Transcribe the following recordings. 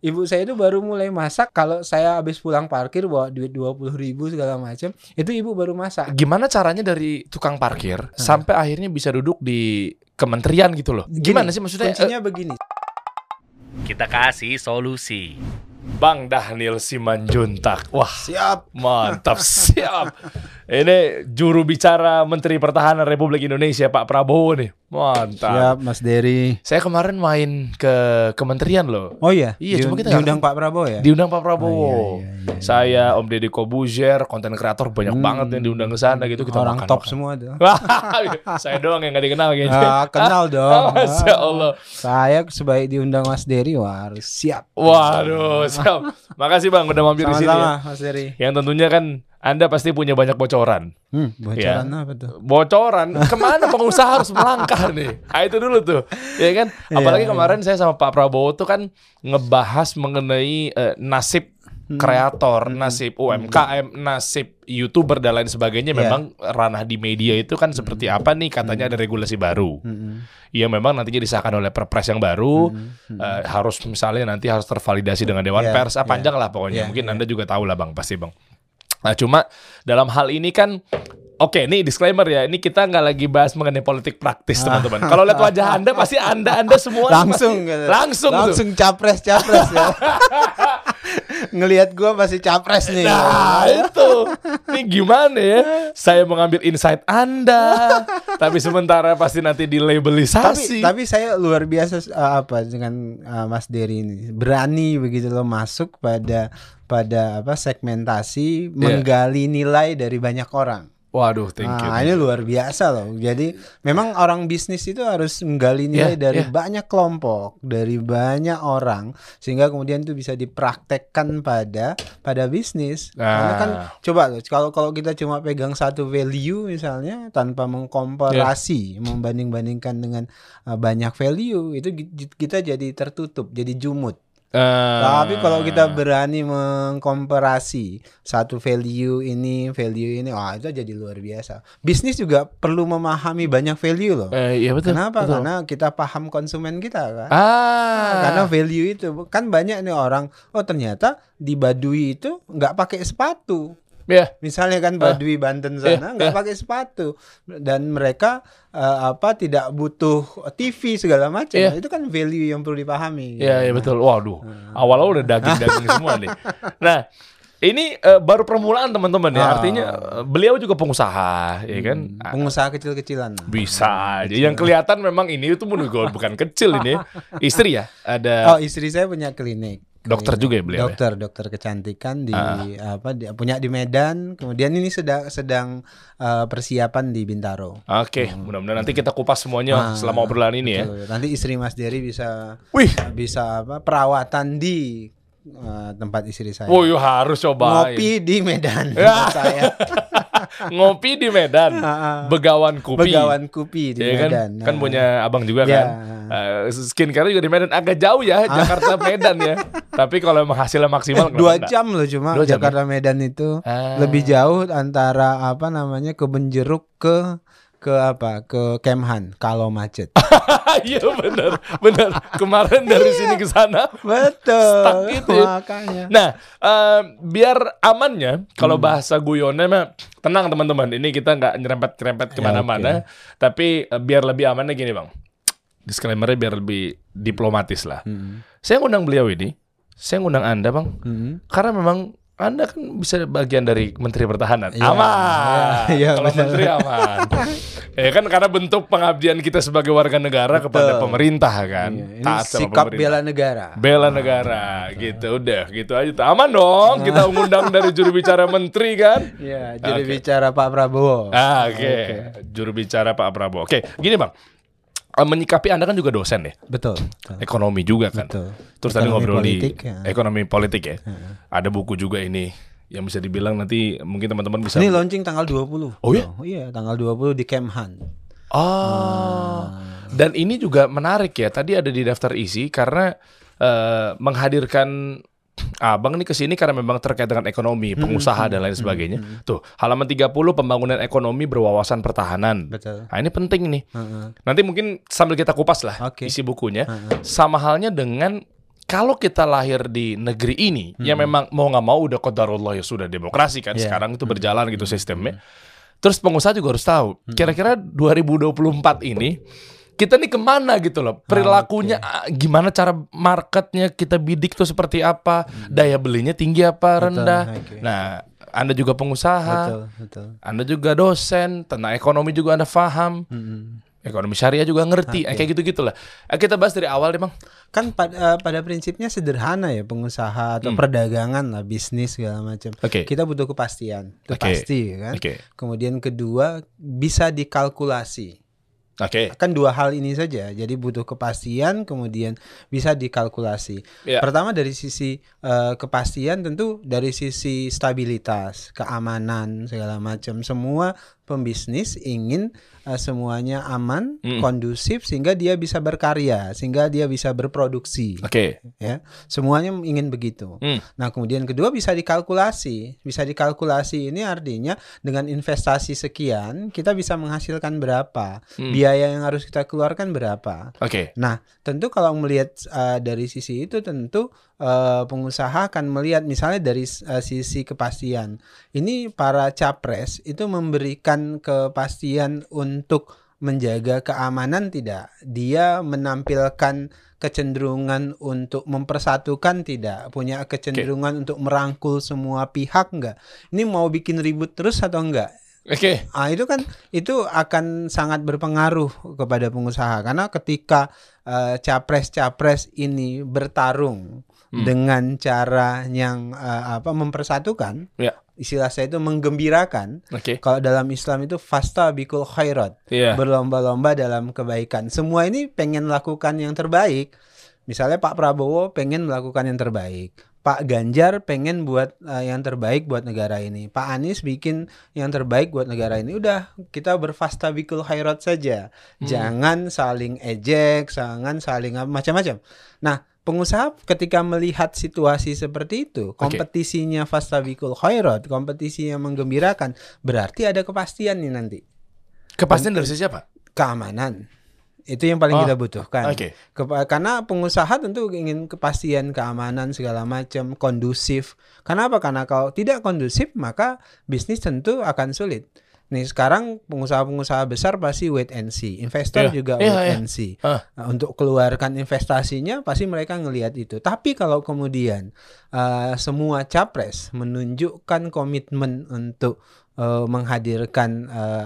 Ibu saya itu baru mulai masak kalau saya habis pulang parkir bawa duit 20.000 segala macam. Itu ibu baru masak. Gimana caranya dari tukang parkir sampai akhirnya bisa duduk di kementerian gitu loh? Gimana sih maksudnya? Kuncinya begini. Kita kasih solusi. Bang Dhanil Simanjuntak. Wah, Siap. mantap, siap. Ini juru bicara Menteri Pertahanan Republik Indonesia Pak Prabowo nih. Mantap. Siap Mas Dery. Saya kemarin main ke kementerian loh. Oh iya. Iya, cuma kita nggak diundang Pak Prabowo ya. Diundang Pak Prabowo. iya. Saya, Om Deddy Kobuzier, konten kreator banyak banget yang diundang ke sana gitu. Kita Orang makan, top makan. semua tuh. Saya doang yang nggak dikenal kayaknya. Kenal dong. Masya Allah. Saya sebaik diundang Mas Dery harus siap. Waduh, siap. Makasih Bang udah mampir di sini ya. Sama-sama Mas Dery. Yang tentunya kan Anda pasti punya banyak bocoran. Bocoran Ya. apa tuh? Bocoran kemana pengusaha harus melangkah nih? Ah, itu dulu tuh, ya kan? Apalagi kemarin saya sama Pak Prabowo tuh kan ngebahas mengenai nasib kreator, nasib UMKM, nasib YouTuber dan lain sebagainya. Memang ranah di media itu kan seperti apa nih? Katanya ada regulasi baru. Iya, memang nantinya disahkan oleh Perpres yang baru. Harus misalnya nanti harus tervalidasi dengan Dewan Pers. Panjang lah pokoknya. Mungkin Anda juga tahu lah Bang, pasti Bang. Nah, cuma dalam hal ini kan, oke, nih disclaimer ya, ini kita nggak lagi bahas mengenai politik praktis teman-teman. Kalau lihat wajah Anda pasti Anda semua Langsung pasti, langsung capres ya. Ngelihat gua pasti capres nih. Nah itu, ini gimana ya? Saya mengambil insight Anda, tapi sementara pasti nanti dilabelisasi. Tapi saya luar biasa dengan Mas Dery ini, berani begitu loh masuk pada segmentasi, menggali nilai dari banyak orang. Waduh, thank you. Ini luar biasa loh. Jadi memang orang bisnis itu harus menggali nilai dari banyak kelompok, dari banyak orang, sehingga kemudian itu bisa dipraktekkan pada bisnis. Karena kan coba loh, kalau kita cuma pegang satu value misalnya tanpa mengkomparasi, membanding-bandingkan dengan banyak value, itu kita jadi tertutup, jadi jumut. Tapi kalau kita berani mengkomparasi satu value ini, itu jadi luar biasa. Bisnis juga perlu memahami banyak value loh. Iya betul. Kenapa? Betul. Karena kita paham konsumen kita kan. Karena Value itu kan banyak nih orang. Oh ternyata di Baduy itu nggak pakai sepatu. Misalnya kan Baduy Banten sana nggak pakai sepatu dan mereka tidak butuh TV segala macam. Itu kan value yang perlu dipahami. Iya betul. Waduh, awalnya udah daging semua nih. Nah, ini baru permulaan teman-teman ya. Artinya beliau juga pengusaha, ya kan? Pengusaha kecil-kecilan. Bisa aja. Yang kelihatan memang ini itu bukan kecil ini. Istri ya? Ada. Istri saya punya klinik. Dokter juga ya beliau. Dokter kecantikan punya di Medan. Kemudian ini sedang persiapan di Bintaro. Oke, mudah-mudahan nanti kita kupas semuanya selama obrolan ini betul. Nanti istri Mas Dery bisa perawatan di tempat istri saya. Oh, harus coba. Ngopi di Medan tempat saya. Ngopi di Medan. Begawan Kupi di Medan. Kan punya abang juga kan. Skincare juga di Medan. Agak jauh ya Jakarta Medan ya. Tapi kalau emang hasilnya maksimal 2 jam loh cuma Jakarta Medan itu. Lebih jauh antara Kebun Jeruk ke Kemhan kalau macet. Iya benar. Kemarin dari sini ke sana. Betul. Stuck gitu ya. Makanya. Nah, biar amannya kalau bahasa guyonnya mah tenang teman-teman. Ini kita nggak nyerempet kemana-mana. Tapi biar lebih amannya gini Bang. Disclaimer-nya biar lebih diplomatis lah. Saya ngundang beliau ini. Saya ngundang Anda Bang. Karena memang Anda kan bisa bagian dari Menteri Pertahanan. Aman. Kalau Menteri aman. Ya kan karena bentuk pengabdian kita sebagai warga negara kepada pemerintah kan. Ini sikap bela negara. Bela negara gitu. Udah gitu aja. Aman dong. Kita mengundang dari juru bicara menteri kan. Iya, juru bicara Pak Prabowo. Oke. Juru bicara Pak Prabowo. Oke, gini Bang. Menyikapi Anda kan juga dosen ya. Betul. Ekonomi juga kan. Betul. Terus tadi ngobrol politik, di ekonomi politik ya. Ada buku juga ini yang bisa dibilang nanti mungkin teman-teman bisa. Ini launching tanggal 20. Oh iya? Iya, tanggal 20 di Kemhan. Dan ini juga menarik ya. Tadi ada di daftar isi karena menghadirkan Abang ini kesini karena memang terkait dengan ekonomi, pengusaha dan lain sebagainya. Tuh, halaman 30 pembangunan ekonomi berwawasan pertahanan. Betul. Nah, ini penting nih. Nanti mungkin sambil kita kupas lah isi bukunya. Sama halnya dengan kalau kita lahir di negeri ini, yang memang mau nggak mau udah qadarullah ya sudah demokrasi kan, sekarang itu berjalan gitu sistemnya. Terus pengusaha juga harus tahu, kira-kira 2024 ini kita nih kemana gitu loh, perilakunya gimana, cara marketnya kita bidik tuh seperti apa, daya belinya tinggi apa rendah. Nah, Anda juga pengusaha, Anda juga dosen, tentang ekonomi juga Anda paham, ekonomi syariah juga ngerti, kayak gitu-gitulah. Kita bahas dari awal deh Bang. Kan pada prinsipnya sederhana ya, pengusaha atau perdagangan lah, bisnis segala macam. Kita butuh kepastian, itu pasti kan. Kemudian kedua, bisa dikalkulasi. Kan dua hal ini saja. Jadi butuh kepastian, kemudian bisa dikalkulasi. Pertama dari sisi kepastian, tentu dari sisi stabilitas, keamanan segala macam. Semua pembisnis ingin semuanya aman, kondusif, sehingga dia bisa berkarya, sehingga dia bisa berproduksi. Ya, semuanya ingin begitu. Nah, kemudian kedua bisa dikalkulasi. Bisa dikalkulasi ini artinya dengan investasi sekian kita bisa menghasilkan berapa, biaya yang harus kita keluarkan berapa. Nah, tentu kalau melihat dari sisi itu, tentu pengusaha akan melihat misalnya dari sisi kepastian. Ini para capres itu memberikan kepastian untuk menjaga keamanan tidak? Dia menampilkan kecenderungan untuk mempersatukan tidak? Punya kecenderungan untuk merangkul semua pihak enggak? Ini mau bikin ribut terus atau enggak? Itu kan itu akan sangat berpengaruh kepada pengusaha, karena ketika capres-capres ini bertarung dengan cara yang mempersatukan, istilah saya itu menggembirakan. Kalau dalam Islam itu fastabiqul khairat, berlomba-lomba dalam kebaikan. Semua ini pengen melakukan yang terbaik. Misalnya Pak Prabowo pengen melakukan yang terbaik, Pak Ganjar pengen buat yang terbaik buat negara ini, Pak Anies bikin yang terbaik buat negara ini. Udah, kita berfastabiqul khairat saja. Jangan saling ejek, jangan saling macam-macam. Nah, pengusaha ketika melihat situasi seperti itu, kompetisinya fastabiqul khairat, kompetisinya menggembirakan, berarti ada kepastian nih nanti. Kepastian dari siapa? Keamanan. Itu yang paling kita butuhkan. Karena pengusaha tentu ingin kepastian keamanan segala macam, kondusif. Kenapa? Karena kalau tidak kondusif, maka bisnis tentu akan sulit. Nih sekarang pengusaha-pengusaha besar pasti wait and see, investor juga wait and see. Untuk keluarkan investasinya pasti mereka ngelihat itu. Tapi kalau kemudian semua capres menunjukkan komitmen untuk menghadirkan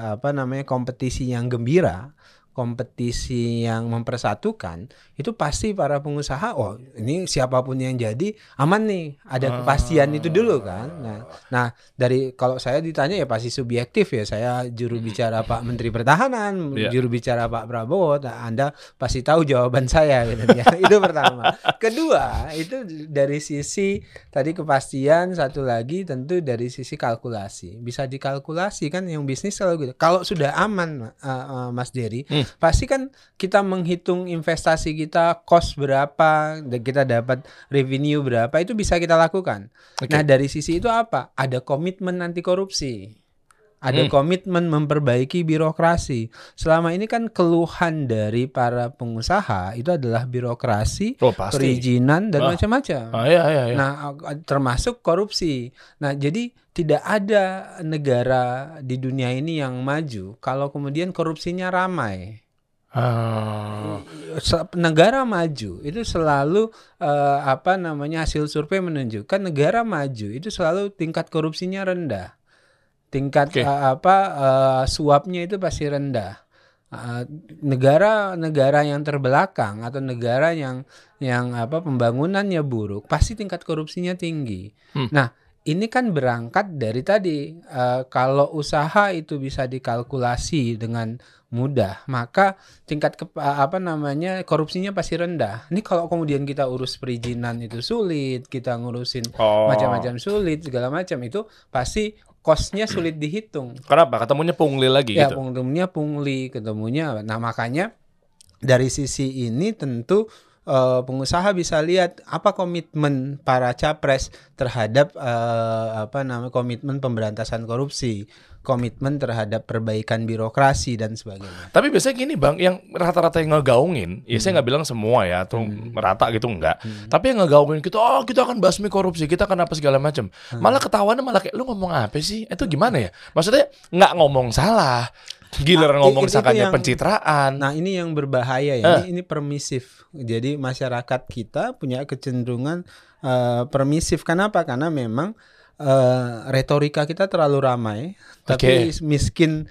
kompetisi yang gembira, kompetisi yang mempersatukan, itu pasti para pengusaha, ini siapapun yang jadi aman nih, ada kepastian itu dulu kan. Nah dari kalau saya ditanya ya pasti subjektif ya, saya juru bicara Pak Menteri Pertahanan, juru bicara Pak Prabowo, Anda pasti tahu jawaban saya gitu ya. Itu pertama. Kedua, itu dari sisi tadi kepastian, satu lagi tentu dari sisi kalkulasi. Bisa dikalkulasi kan yang bisnis selalu gitu. Kalau sudah aman Mas Dery, pasti kan kita menghitung investasi kita, cost berapa, dan kita dapat revenue berapa, itu bisa kita lakukan. Nah dari sisi itu apa? Ada komitmen anti korupsi, ada komitmen memperbaiki birokrasi. Selama ini kan keluhan dari para pengusaha itu adalah birokrasi, perizinan dan macam-macam. Nah termasuk korupsi. Nah jadi tidak ada negara di dunia ini yang maju kalau kemudian korupsinya ramai. Negara maju itu selalu hasil survei menunjukkan negara maju itu selalu tingkat korupsinya rendah, tingkat suapnya itu pasti rendah. Negara-negara yang terbelakang atau negara yang pembangunannya buruk pasti tingkat korupsinya tinggi. Nah ini kan berangkat dari tadi, kalau usaha itu bisa dikalkulasi dengan mudah, maka tingkat korupsinya pasti rendah. Ini kalau kemudian kita urus perizinan itu sulit, kita ngurusin macam-macam sulit, segala macam, itu pasti cost-nya sulit dihitung. Kenapa? Ketemunya pungli lagi ya, gitu? Ketemunya pungli, ketemunya. Nah makanya dari sisi ini tentu pengusaha bisa lihat apa komitmen para capres terhadap komitmen pemberantasan korupsi, komitmen terhadap perbaikan birokrasi dan sebagainya. Tapi biasanya gini Bang, yang rata-rata yang ngegaungin, ya saya nggak bilang semua ya, atau merata gitu enggak. Tapi yang ngegaungin kita akan basmi korupsi, kita akan apa segala macam. Malah ketahuannya malah kayak lu ngomong apa sih? Itu gimana ya? Maksudnya nggak ngomong salah. Giliran ngomong sangkanya pencitraan. Nah, ini yang berbahaya ya. Ini permisif. Jadi masyarakat kita punya kecenderungan permisif. Kenapa? Karena memang retorika kita terlalu ramai, tapi miskin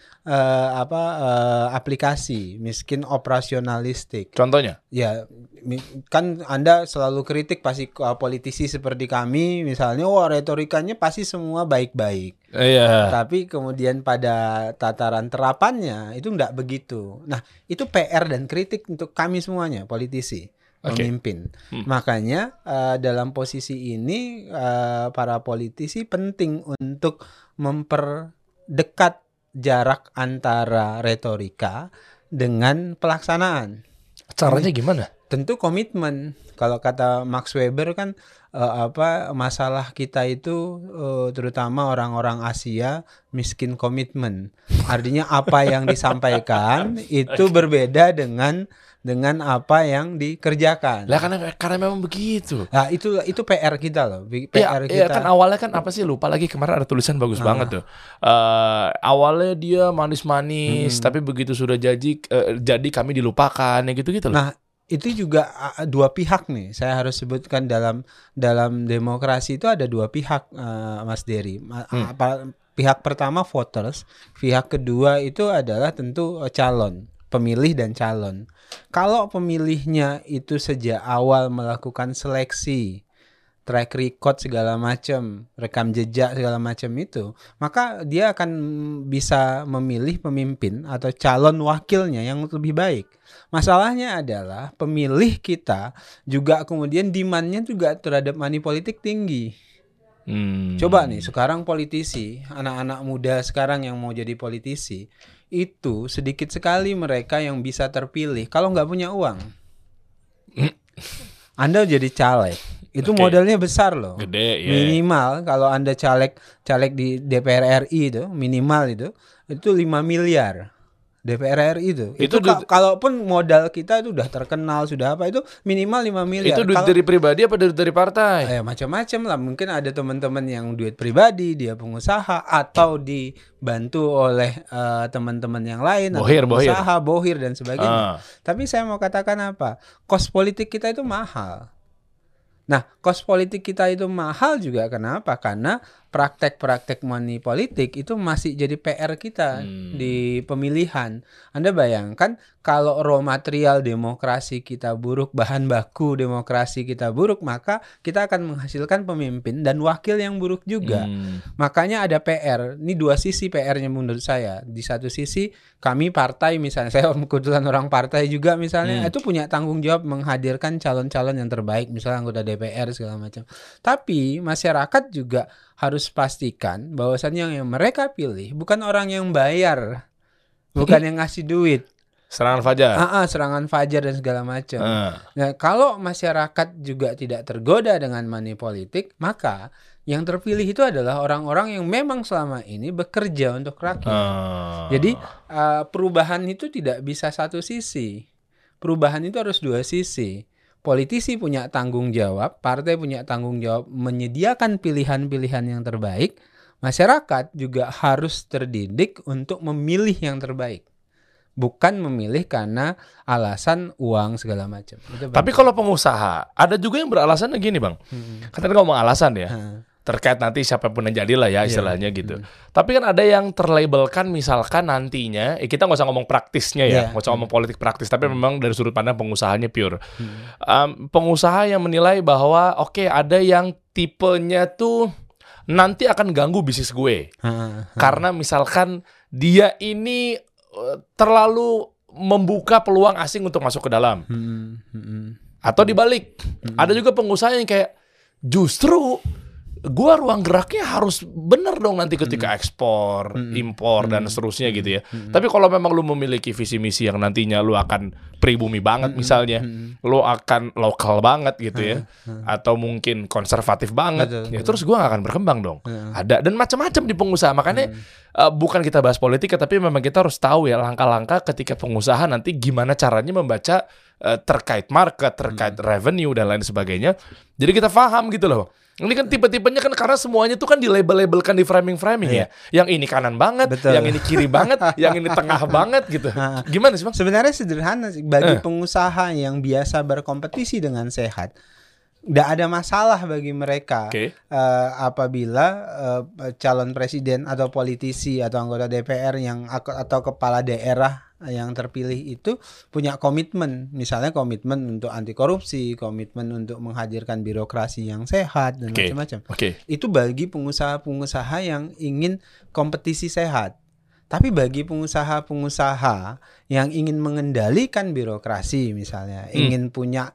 aplikasi, miskin operasionalistik. Contohnya? Ya, kan Anda selalu kritik pasti politisi seperti kami, misalnya, retorikanya pasti semua baik-baik. Iya. Tapi kemudian pada tataran terapannya itu enggak begitu. Nah, itu PR dan kritik untuk kami semuanya, politisi. Pemimpin. Makanya dalam posisi ini para politisi penting untuk memperdekat jarak antara retorika dengan pelaksanaan. Caranya gimana? Tentu komitmen. Kalau kata Max Weber kan masalah kita itu terutama orang-orang Asia miskin komitmen. Artinya apa yang disampaikan itu berbeda dengan apa yang dikerjakan. Lah karena memang begitu. Nah, itu PR kita loh. PR kita. Iya kan awalnya kan apa sih, lupa lagi, kemarin ada tulisan bagus banget tuh. Awalnya dia manis-manis, tapi begitu sudah jadi kami dilupakan, ya gitu-gitu loh. Nah, itu juga dua pihak nih. Saya harus sebutkan dalam demokrasi itu ada dua pihak, Mas Dery. Pihak pertama voters, pihak kedua itu adalah tentu calon, pemilih dan calon. Kalau pemilihnya itu sejak awal melakukan seleksi, track record segala macam, rekam jejak segala macam itu, maka dia akan bisa memilih pemimpin atau calon wakilnya yang lebih baik. Masalahnya adalah pemilih kita juga kemudian demand-nya juga terhadap money politik tinggi. Coba nih sekarang politisi, anak-anak muda sekarang yang mau jadi politisi, itu sedikit sekali mereka yang bisa terpilih kalau nggak punya uang. Anda jadi caleg, itu modalnya besar loh. Gede, minimal kalau Anda caleg di DPR RI itu minimal itu 5 miliar. DPR RI itu kalaupun modal kita itu udah terkenal, sudah apa, itu minimal 5 miliar. Itu duit dari pribadi apa dari partai? Macam-macam lah. Mungkin ada teman-teman yang duit pribadi, dia pengusaha atau dibantu oleh teman-teman yang lain, pengusaha, bohir dan sebagainya. Tapi saya mau katakan apa? Kos politik kita itu mahal. Nah, kos politik kita itu mahal juga kenapa? Karena praktek-praktek money politik itu masih jadi PR kita di pemilihan. Anda bayangkan kalau raw material demokrasi kita buruk, bahan baku demokrasi kita buruk, maka kita akan menghasilkan pemimpin dan wakil yang buruk juga. Makanya ada PR. Ini dua sisi PR-nya menurut saya. Di satu sisi kami partai, misalnya saya kebetulan orang partai juga misalnya, itu punya tanggung jawab menghadirkan calon-calon yang terbaik, misalnya anggota DPR segala macam. Tapi masyarakat juga harus pastikan bahwasannya yang mereka pilih bukan orang yang bayar, bukan yang ngasih duit. Serangan fajar. Serangan fajar dan segala macam. Nah, kalau masyarakat juga tidak tergoda dengan money politik, maka yang terpilih itu adalah orang-orang yang memang selama ini bekerja untuk rakyat. Jadi perubahan itu tidak bisa satu sisi. Perubahan itu harus dua sisi. Politisi punya tanggung jawab, partai punya tanggung jawab menyediakan pilihan-pilihan yang terbaik. Masyarakat juga harus terdidik untuk memilih yang terbaik. Bukan memilih karena alasan uang segala macam. Tapi kalau pengusaha, ada juga yang beralasan gini Bang. Kan tadi ngomong alasan ya. Terkait nanti siapapun yang jadilah ya istilahnya gitu. Tapi kan ada yang terlabelkan misalkan nantinya, kita nggak usah ngomong praktisnya ya, nggak usah ngomong politik praktis, tapi memang dari sudut pandang pengusahanya pure. Pengusaha yang menilai bahwa ada yang tipenya tuh nanti akan ganggu bisnis gue. Karena misalkan dia ini terlalu membuka peluang asing untuk masuk ke dalam. Atau dibalik, ada juga pengusaha yang kayak justru gua ruang geraknya harus bener dong nanti ketika ekspor, impor dan seterusnya gitu ya. Tapi kalau memang lu memiliki visi misi yang nantinya lu akan pribumi banget misalnya, lu akan lokal banget gitu ya, atau mungkin konservatif banget, ya terus gua gak akan berkembang dong. Ada dan macam-macam di pengusaha, makanya bukan kita bahas politik, tapi memang kita harus tahu ya langkah-langkah ketika pengusaha nanti gimana caranya membaca terkait market, terkait revenue dan lain sebagainya. Jadi kita paham gitu loh. Ini kan tipe-tipenya kan karena semuanya tuh kan dilabel-labelkan di framing-framing ya. Yang ini kanan banget, yang ini kiri banget, yang ini tengah banget gitu. Gimana sih Bang? Sebenarnya sederhana sih bagi pengusaha yang biasa berkompetisi dengan sehat. Nggak ada masalah bagi mereka apabila calon presiden atau politisi atau anggota DPR atau kepala daerah yang terpilih itu punya komitmen, misalnya komitmen untuk anti korupsi, komitmen untuk menghadirkan birokrasi yang sehat dan macam-macam. Itu bagi pengusaha-pengusaha yang ingin kompetisi sehat. Tapi bagi pengusaha-pengusaha yang ingin mengendalikan birokrasi misalnya, ingin punya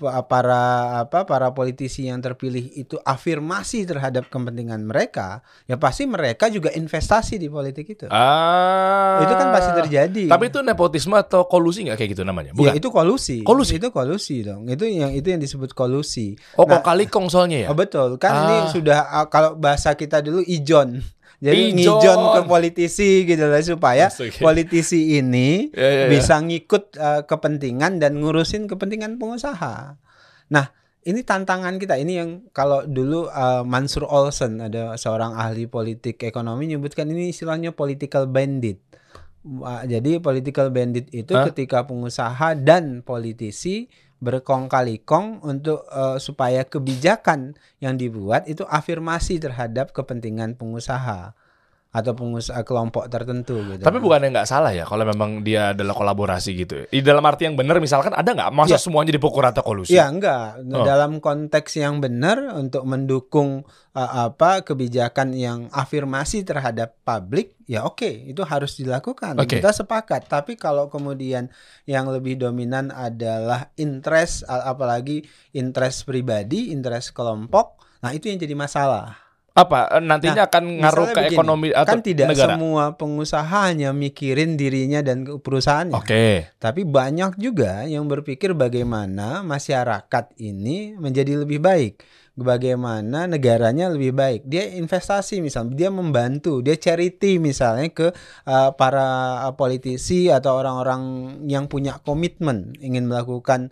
para politisi yang terpilih itu afirmasi terhadap kepentingan mereka, ya pasti mereka juga investasi di politik itu. Itu kan pasti terjadi. Tapi itu nepotisme atau kolusi nggak kayak gitu namanya? Bukan? Ya itu kolusi. Itu kolusi dong. Itu yang disebut kolusi. Kok kali kong soalnya ya? Betul. Kan ini sudah kalau bahasa kita dulu ijon. Jadi ngijon ke politisi gitu lah supaya politisi ini bisa ngikut kepentingan dan ngurusin kepentingan pengusaha. Nah, ini tantangan kita. Ini yang kalau dulu Mansur Olsen, ada seorang ahli politik ekonomi, nyebutkan ini istilahnya political bandit. Jadi political bandit itu ketika pengusaha dan politisi berkong kali kong untuk supaya kebijakan yang dibuat itu afirmasi terhadap kepentingan pengusaha atau pengusaha kelompok tertentu gitu. Tapi bukannya nggak salah ya kalau memang dia adalah kolaborasi gitu. Di dalam arti yang benar misalkan ada nggak masa semuanya dipukul rata kolusi? Ya enggak. Dalam konteks yang benar untuk mendukung kebijakan yang afirmasi terhadap publik, ya oke, itu harus dilakukan. Kita sepakat. Tapi kalau kemudian yang lebih dominan adalah interest, apalagi interest pribadi, interest kelompok, nah itu yang jadi masalah. Apa nantinya akan ngaruh ke ekonomi atau kan tidak negara? Semua pengusaha hanya mikirin dirinya dan perusahaannya. Tapi banyak juga yang berpikir bagaimana masyarakat ini menjadi lebih baik, bagaimana negaranya lebih baik. Dia investasi misalnya, dia membantu, dia charity misalnya ke para politisi atau orang-orang yang punya komitmen ingin melakukan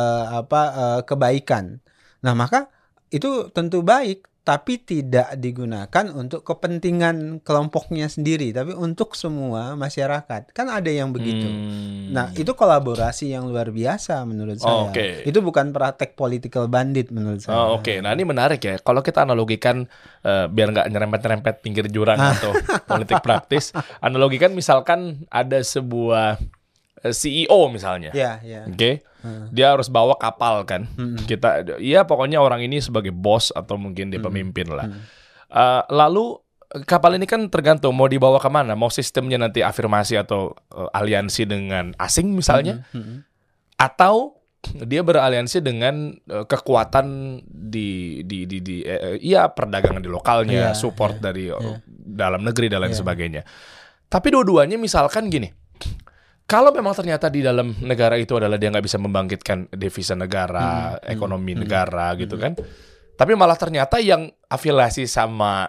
kebaikan. Nah, maka itu tentu baik. Tapi tidak digunakan untuk kepentingan kelompoknya sendiri, tapi untuk semua masyarakat. Kan ada yang begitu. Nah, itu kolaborasi yang luar biasa menurut saya. Itu bukan praktek political bandit menurut saya. Nah ini menarik ya. Kalau kita analogikan biar nggak nyerempet-nyerempet pinggir jurang atau politik praktis, analogikan misalkan ada sebuah CEO misalnya. Dia harus bawa kapal kan. Pokoknya orang ini sebagai bos atau mungkin dia pemimpin lah. Lalu kapal ini kan tergantung mau dibawa kemana. Mau sistemnya nanti afirmasi atau aliansi dengan asing misalnya, atau dia beraliansi dengan kekuatan di perdagangan di lokalnya, support dari dalam negeri dan lain sebagainya. Tapi dua-duanya misalkan gini. Kalau memang ternyata di dalam negara itu adalah dia nggak bisa membangkitkan devisa negara, ekonomi negara gitu kan, tapi malah ternyata yang afiliasi sama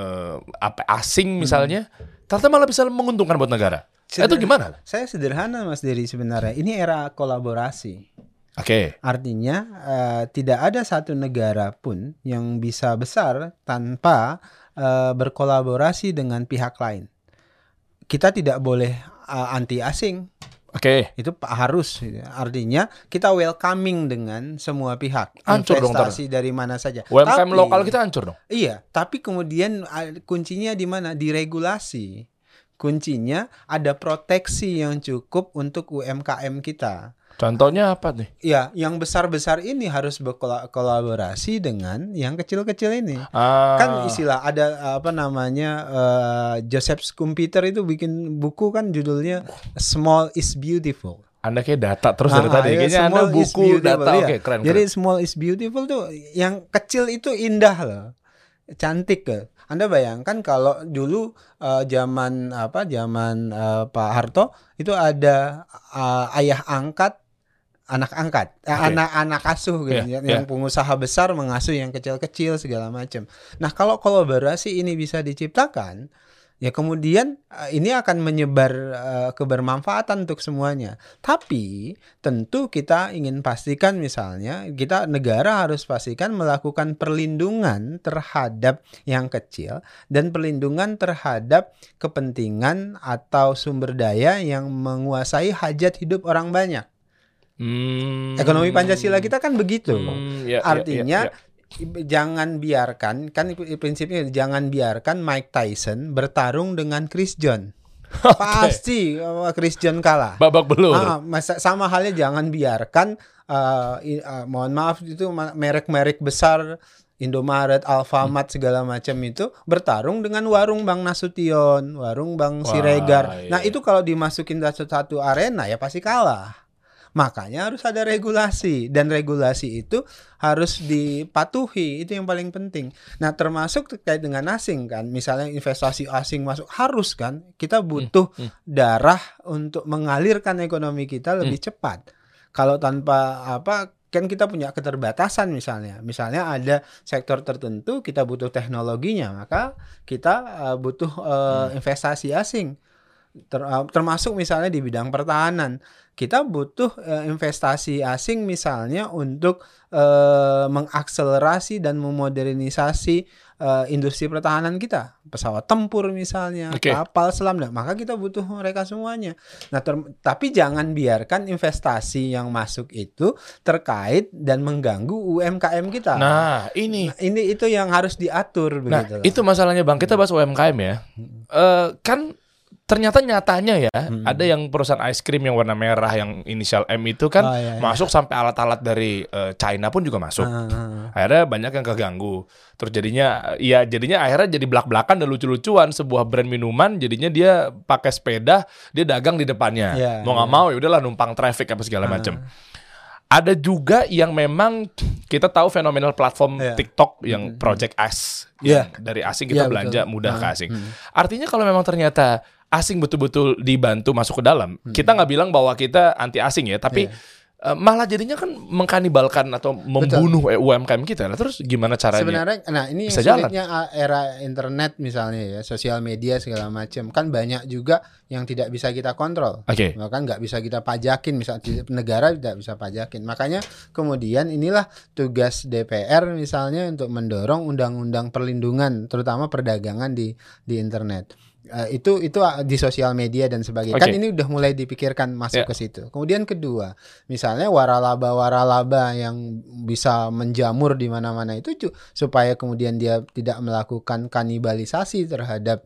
asing misalnya, ternyata malah bisa menguntungkan buat negara. Itu gimana? Saya sederhana Mas Dery sebenarnya. Ini era kolaborasi. Artinya tidak ada satu negara pun yang bisa besar tanpa berkolaborasi dengan pihak lain. Kita tidak boleh anti asing. Itu harus. Artinya kita welcoming dengan semua pihak. Hancur investasi dong, dari mana saja. UMKM lokal kita hancur dong. Iya, tapi kemudian kuncinya di mana? Di regulasi. Kuncinya ada proteksi yang cukup untuk UMKM kita. Contohnya apa nih? Ya, yang besar-besar ini harus berkolaborasi dengan yang kecil-kecil ini. Kan istilah ada Joseph Schumpeter itu bikin buku kan judulnya Small is Beautiful. Anda kayak data terus dari tadi. Kayaknya Anda buku data. Jadi small is beautiful tuh yang kecil itu indah loh. cantik ke. Anda bayangkan kalau dulu zaman Pak Harto itu ada ayah angkat, anak angkat, anak asuh gitu, yang pengusaha besar mengasuh yang kecil-kecil segala macam. Nah, kalau kolaborasi ini bisa diciptakan, ya kemudian ini akan menyebar kebermanfaatan untuk semuanya. Tapi tentu kita ingin pastikan, misalnya negara harus pastikan melakukan perlindungan terhadap yang kecil dan perlindungan terhadap kepentingan atau sumber daya yang menguasai hajat hidup orang banyak. Ekonomi Pancasila kita kan begitu. Artinya jangan biarkan, kan prinsipnya jangan biarkan Mike Tyson bertarung dengan Chris John. Pasti Chris John kalah. Babak belur. Sama halnya jangan biarkan mohon maaf itu merek-merek besar Indomaret, Alfamart segala macam itu bertarung dengan warung Bang Nasution, warung Bang Siregar. Nah, itu kalau dimasukin satu arena ya pasti kalah. Makanya harus ada regulasi, dan regulasi itu harus dipatuhi, itu yang paling penting. Nah, termasuk terkait dengan asing kan, misalnya investasi asing masuk, harus kan, kita butuh darah untuk mengalirkan ekonomi kita lebih cepat. Kalau tanpa kan kita punya keterbatasan, misalnya ada sektor tertentu kita butuh teknologinya, maka kita butuh investasi asing. Termasuk misalnya di bidang pertahanan, kita butuh investasi asing misalnya untuk mengakselerasi dan memodernisasi industri pertahanan kita, pesawat tempur misalnya, kapal selam, maka kita butuh mereka semuanya. Nah, tapi jangan biarkan investasi yang masuk itu terkait dan mengganggu UMKM kita. Nah, ini itu yang harus diatur begitu. Nah, itu masalahnya Bang, kita bahas UMKM ya. Kan ternyata nyatanya ya, ada yang perusahaan ice cream yang warna merah yang inisial M itu kan masuk sampai alat-alat dari China pun juga masuk. Akhirnya banyak yang keganggu. Terus jadinya akhirnya jadi belak-belakan dan lucu-lucuan, sebuah brand minuman jadinya dia pakai sepeda, dia dagang di depannya. Mau nggak mau ya udahlah numpang traffic apa segala macam. Ada juga yang memang kita tahu fenomenal platform TikTok yang Project X yang dari asing kita belanja mudah ke asing. Artinya kalau memang ternyata asing betul-betul dibantu masuk ke dalam, kita nggak bilang bahwa kita anti asing ya, tapi malah jadinya kan mengkanibalkan atau membunuh UMKM kita. Nah, terus gimana caranya? Sebenarnya, nah ini yang sulitnya era internet misalnya ya, sosial media segala macam, kan banyak juga yang tidak bisa kita kontrol. Bahkan nggak bisa kita pajakin, misalnya negara tidak bisa pajakin. Makanya kemudian inilah tugas DPR misalnya untuk mendorong undang-undang perlindungan, terutama perdagangan di internet. Itu di sosial media dan sebagainya. Kan ini udah mulai dipikirkan masuk ke situ. Kemudian kedua, misalnya waralaba yang bisa menjamur di mana-mana itu supaya kemudian dia tidak melakukan kanibalisasi terhadap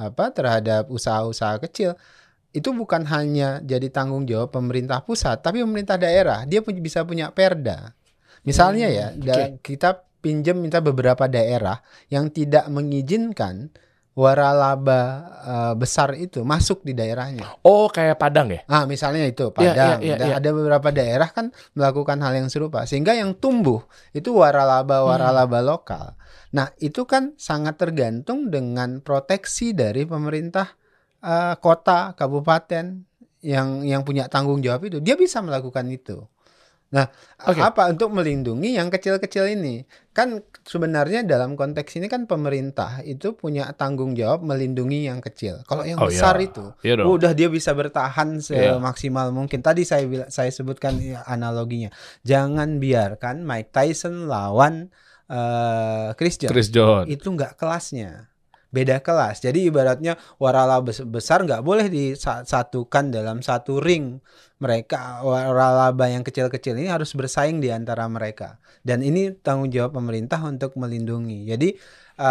usaha-usaha kecil. Itu bukan hanya jadi tanggung jawab pemerintah pusat, tapi pemerintah daerah. Dia bisa punya perda. Misalnya kita minta beberapa daerah yang tidak mengizinkan waralaba besar itu masuk di daerahnya. Oh, kayak Padang ya? Misalnya itu Padang. Ada beberapa daerah kan melakukan hal yang serupa, sehingga yang tumbuh itu waralaba lokal. Nah, itu kan sangat tergantung dengan proteksi dari pemerintah kota, kabupaten yang punya tanggung jawab itu. Dia bisa melakukan itu. Nah, untuk melindungi yang kecil-kecil ini? Kan sebenarnya dalam konteks ini kan pemerintah itu punya tanggung jawab melindungi yang kecil. Kalau yang besar itu, udah dia bisa bertahan semaksimal mungkin. Tadi saya sebutkan analoginya. Jangan biarkan Mike Tyson lawan Chris John. Itu nggak kelasnya. Beda kelas. Jadi ibaratnya waralaba besar nggak boleh disatukan dalam satu ring. Mereka waralaba yang kecil-kecil ini harus bersaing di antara mereka. Dan ini tanggung jawab pemerintah untuk melindungi. Jadi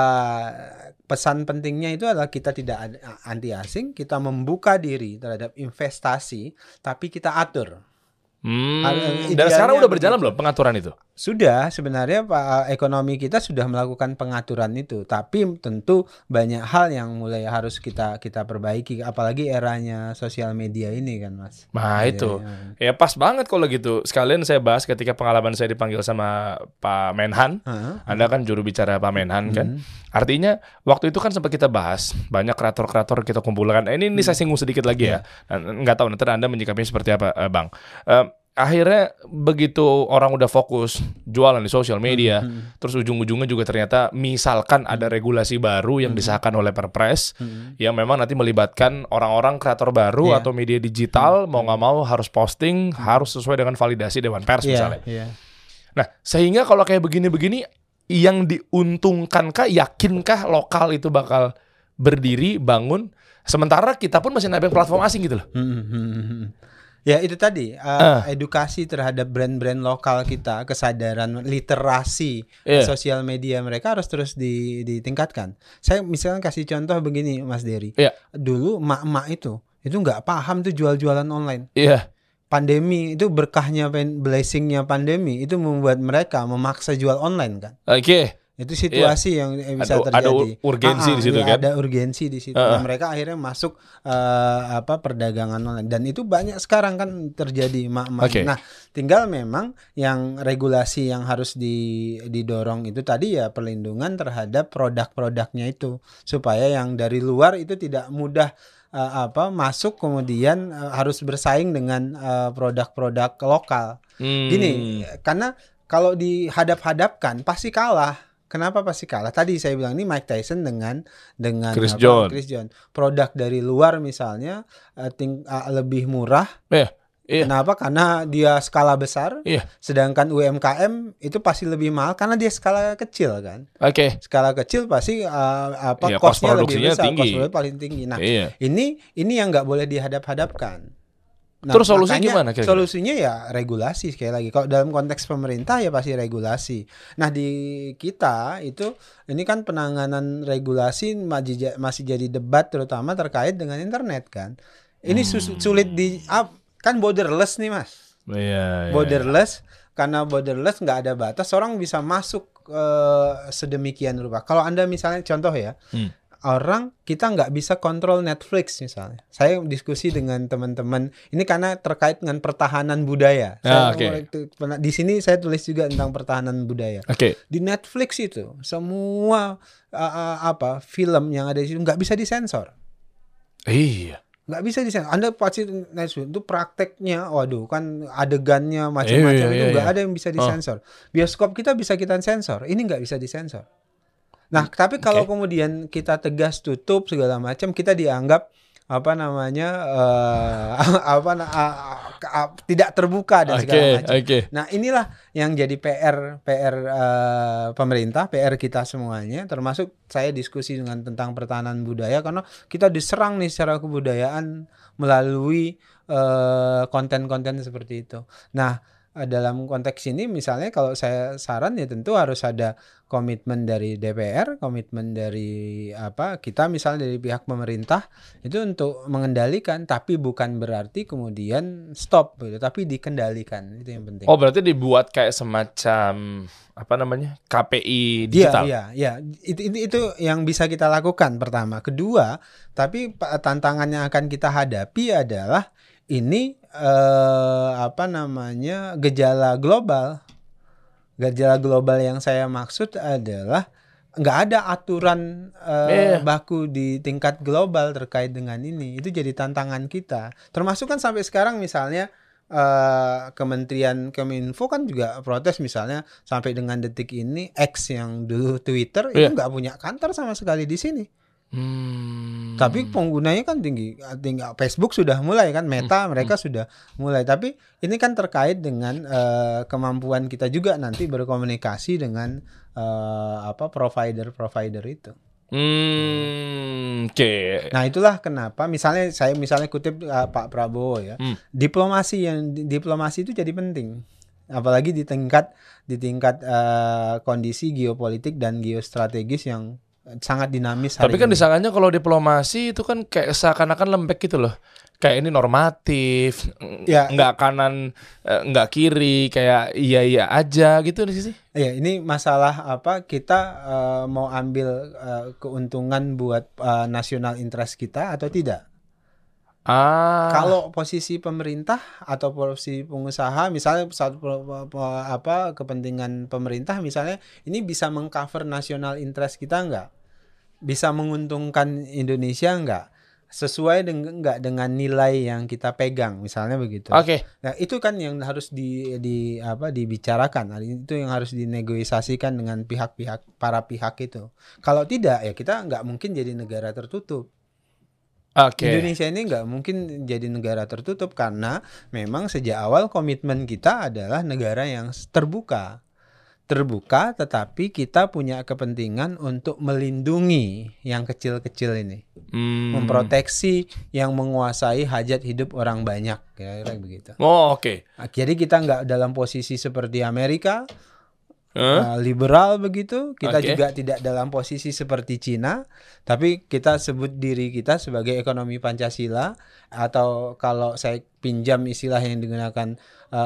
pesan pentingnya itu adalah kita tidak anti asing, kita membuka diri terhadap investasi, tapi kita atur. Dan sekarang udah berjalan belum pengaturan itu? Sudah, sebenarnya Pak, ekonomi kita sudah melakukan pengaturan itu, tapi tentu banyak hal yang mulai harus kita perbaiki, apalagi eranya sosial media ini kan, Mas. Nah itu, ya pas banget kalau gitu. Sekalian saya bahas ketika pengalaman saya dipanggil sama Pak Menhan. Anda kan juru bicara Pak Menhan kan. Artinya waktu itu kan sempat kita bahas banyak kreator-kreator kita kumpulkan. Ini saya singgung sedikit lagi ya. Nggak tahu nanti Anda menyikapinya seperti apa, Bang. Akhirnya begitu orang udah fokus jualan di sosial media, terus ujung-ujungnya juga ternyata misalkan ada regulasi baru yang disahkan oleh Perpres, yang memang nanti melibatkan orang-orang kreator baru atau media digital, mau nggak mau harus posting, harus sesuai dengan validasi Dewan Pers misalnya. Nah, sehingga kalau kayak begini-begini, yang diuntungkankah, yakinkah lokal itu bakal berdiri, bangun, sementara kita pun masih nebeng platform asing gitu loh. Ya itu tadi edukasi terhadap brand-brand lokal kita, kesadaran literasi sosial media mereka harus terus ditingkatkan. Saya misalnya kasih contoh begini, Mas Dery. Dulu emak-emak itu nggak paham tuh jual-jualan online. Pandemi itu berkahnya, blessingnya pandemi itu membuat mereka memaksa jual online kan. Itu situasi yang bisa terjadi. Ada urgensi di situ kan? Ada urgensi di situ. Nah, mereka akhirnya masuk perdagangan online dan itu banyak sekarang kan terjadi mak-mak. Nah, tinggal memang yang regulasi yang harus didorong itu tadi ya perlindungan terhadap produk-produknya itu supaya yang dari luar itu tidak mudah masuk kemudian harus bersaing dengan produk-produk lokal. Gini, karena kalau dihadap-hadapkan pasti kalah. Kenapa pasti kalah? Tadi saya bilang ini Mike Tyson dengan Chris John. Produk dari luar misalnya lebih murah. Kenapa? Karena dia skala besar. Sedangkan UMKM itu pasti lebih mahal karena dia skala kecil kan. Skala kecil pasti cost-nya lebih besar, cost-nya paling tinggi. Nah, ini yang nggak boleh dihadap-hadapkan. Nah, terus solusinya gimana kira-kira? Solusinya ya regulasi sekali lagi. Kalau dalam konteks pemerintah ya pasti regulasi. Nah di kita itu ini kan penanganan regulasi masih jadi debat terutama terkait dengan internet kan. Ini sulit kan borderless nih Mas. Borderless karena borderless nggak ada batas, orang bisa masuk sedemikian rupa. Kalau Anda misalnya contoh ya. Orang kita nggak bisa kontrol Netflix misalnya. Saya diskusi dengan teman-teman ini karena terkait dengan pertahanan budaya. Di sini saya tulis juga tentang pertahanan budaya. Di Netflix itu semua film yang ada di situ nggak bisa disensor. Nggak bisa disensor. Anda pasti Netflix itu prakteknya, waduh kan adegannya macam-macam itu nggak ada yang bisa disensor. Bioskop kita bisa kita sensor, ini nggak bisa disensor. Nah, tapi kalau kemudian kita tegas tutup segala macam, kita dianggap tidak terbuka dan segala macam. Nah, inilah yang jadi PR pemerintah, PR kita semuanya, termasuk saya diskusi tentang pertahanan budaya karena kita diserang nih secara kebudayaan melalui konten-konten seperti itu. Nah, dalam konteks ini misalnya kalau saya saran ya tentu harus ada komitmen dari DPR, komitmen dari kita misalnya dari pihak pemerintah itu untuk mengendalikan, tapi bukan berarti kemudian stop gitu, tapi dikendalikan, itu yang penting. Oh, berarti dibuat kayak semacam KPI digital. Iya. Itu yang bisa kita lakukan pertama. Kedua, tapi tantangan yang akan kita hadapi adalah ini gejala global. Gejala global yang saya maksud adalah nggak ada aturan baku di tingkat global terkait dengan ini. Itu jadi tantangan kita. Termasuk kan sampai sekarang misalnya Kementerian Kominfo kan juga protes misalnya sampai dengan detik ini X yang dulu Twitter itu nggak punya kantor sama sekali di sini. Tapi penggunanya kan tinggi. Facebook sudah mulai kan, Meta mereka sudah mulai. Tapi ini kan terkait dengan kemampuan kita juga nanti berkomunikasi dengan provider itu. Nah itulah kenapa saya misalnya kutip Pak Prabowo ya, diplomasi itu jadi penting, apalagi di tingkat kondisi geopolitik dan geostrategis yang sangat dinamis. Tapi kan disangkanya kalau diplomasi itu kan kayak seakan-akan lembek gitu loh. kayak ini normatif, Ya. nggak kanan, nggak kiri, kayak iya aja gitu sih. Ya, ini masalah apa kita mau ambil keuntungan buat national interest kita atau tidak? Kalau posisi pemerintah atau posisi pengusaha, misalnya kepentingan pemerintah misalnya, ini bisa mengcover national interest kita nggak? Bisa menguntungkan Indonesia nggak? Sesuai dengan nilai yang kita pegang, misalnya begitu. Oke. Nah, itu kan yang harus dibicarakan. Itu yang harus dinegosiasikan dengan para pihak itu. Kalau tidak, ya kita nggak mungkin jadi negara tertutup. Indonesia ini nggak mungkin jadi negara tertutup karena memang sejak awal komitmen kita adalah negara yang terbuka, tetapi kita punya kepentingan untuk melindungi yang kecil-kecil ini, memproteksi yang menguasai hajat hidup orang banyak, kira-kira begitu. Jadi kita nggak dalam posisi seperti Amerika. Liberal begitu, kita juga tidak dalam posisi seperti Cina, tapi kita sebut diri kita sebagai ekonomi Pancasila, atau kalau saya pinjam istilah yang digunakan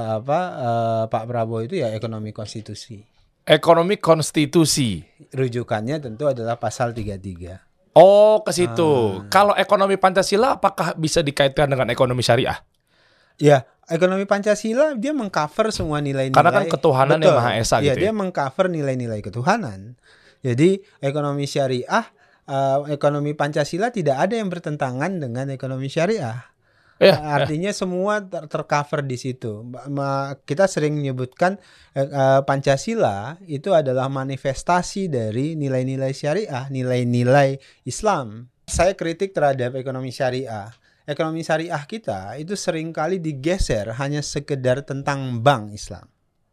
Pak Prabowo itu ya ekonomi konstitusi. Ekonomi konstitusi. Rujukannya tentu adalah pasal 33. Oh, ke situ. Kalau ekonomi Pancasila apakah bisa dikaitkan dengan ekonomi syariah? Ya, ekonomi Pancasila dia mengcover semua nilai-nilai. Karena kan ketuhanan yang Maha Esa gitu. Dia mengcover nilai-nilai ketuhanan. Jadi ekonomi syariah, ekonomi Pancasila tidak ada yang bertentangan dengan ekonomi syariah. Artinya semua tercover di situ. Kita sering menyebutkan Pancasila itu adalah manifestasi dari nilai-nilai syariah, nilai-nilai Islam. Saya kritik terhadap ekonomi syariah. Ekonomi syariah kita itu seringkali digeser hanya sekedar tentang bank Islam.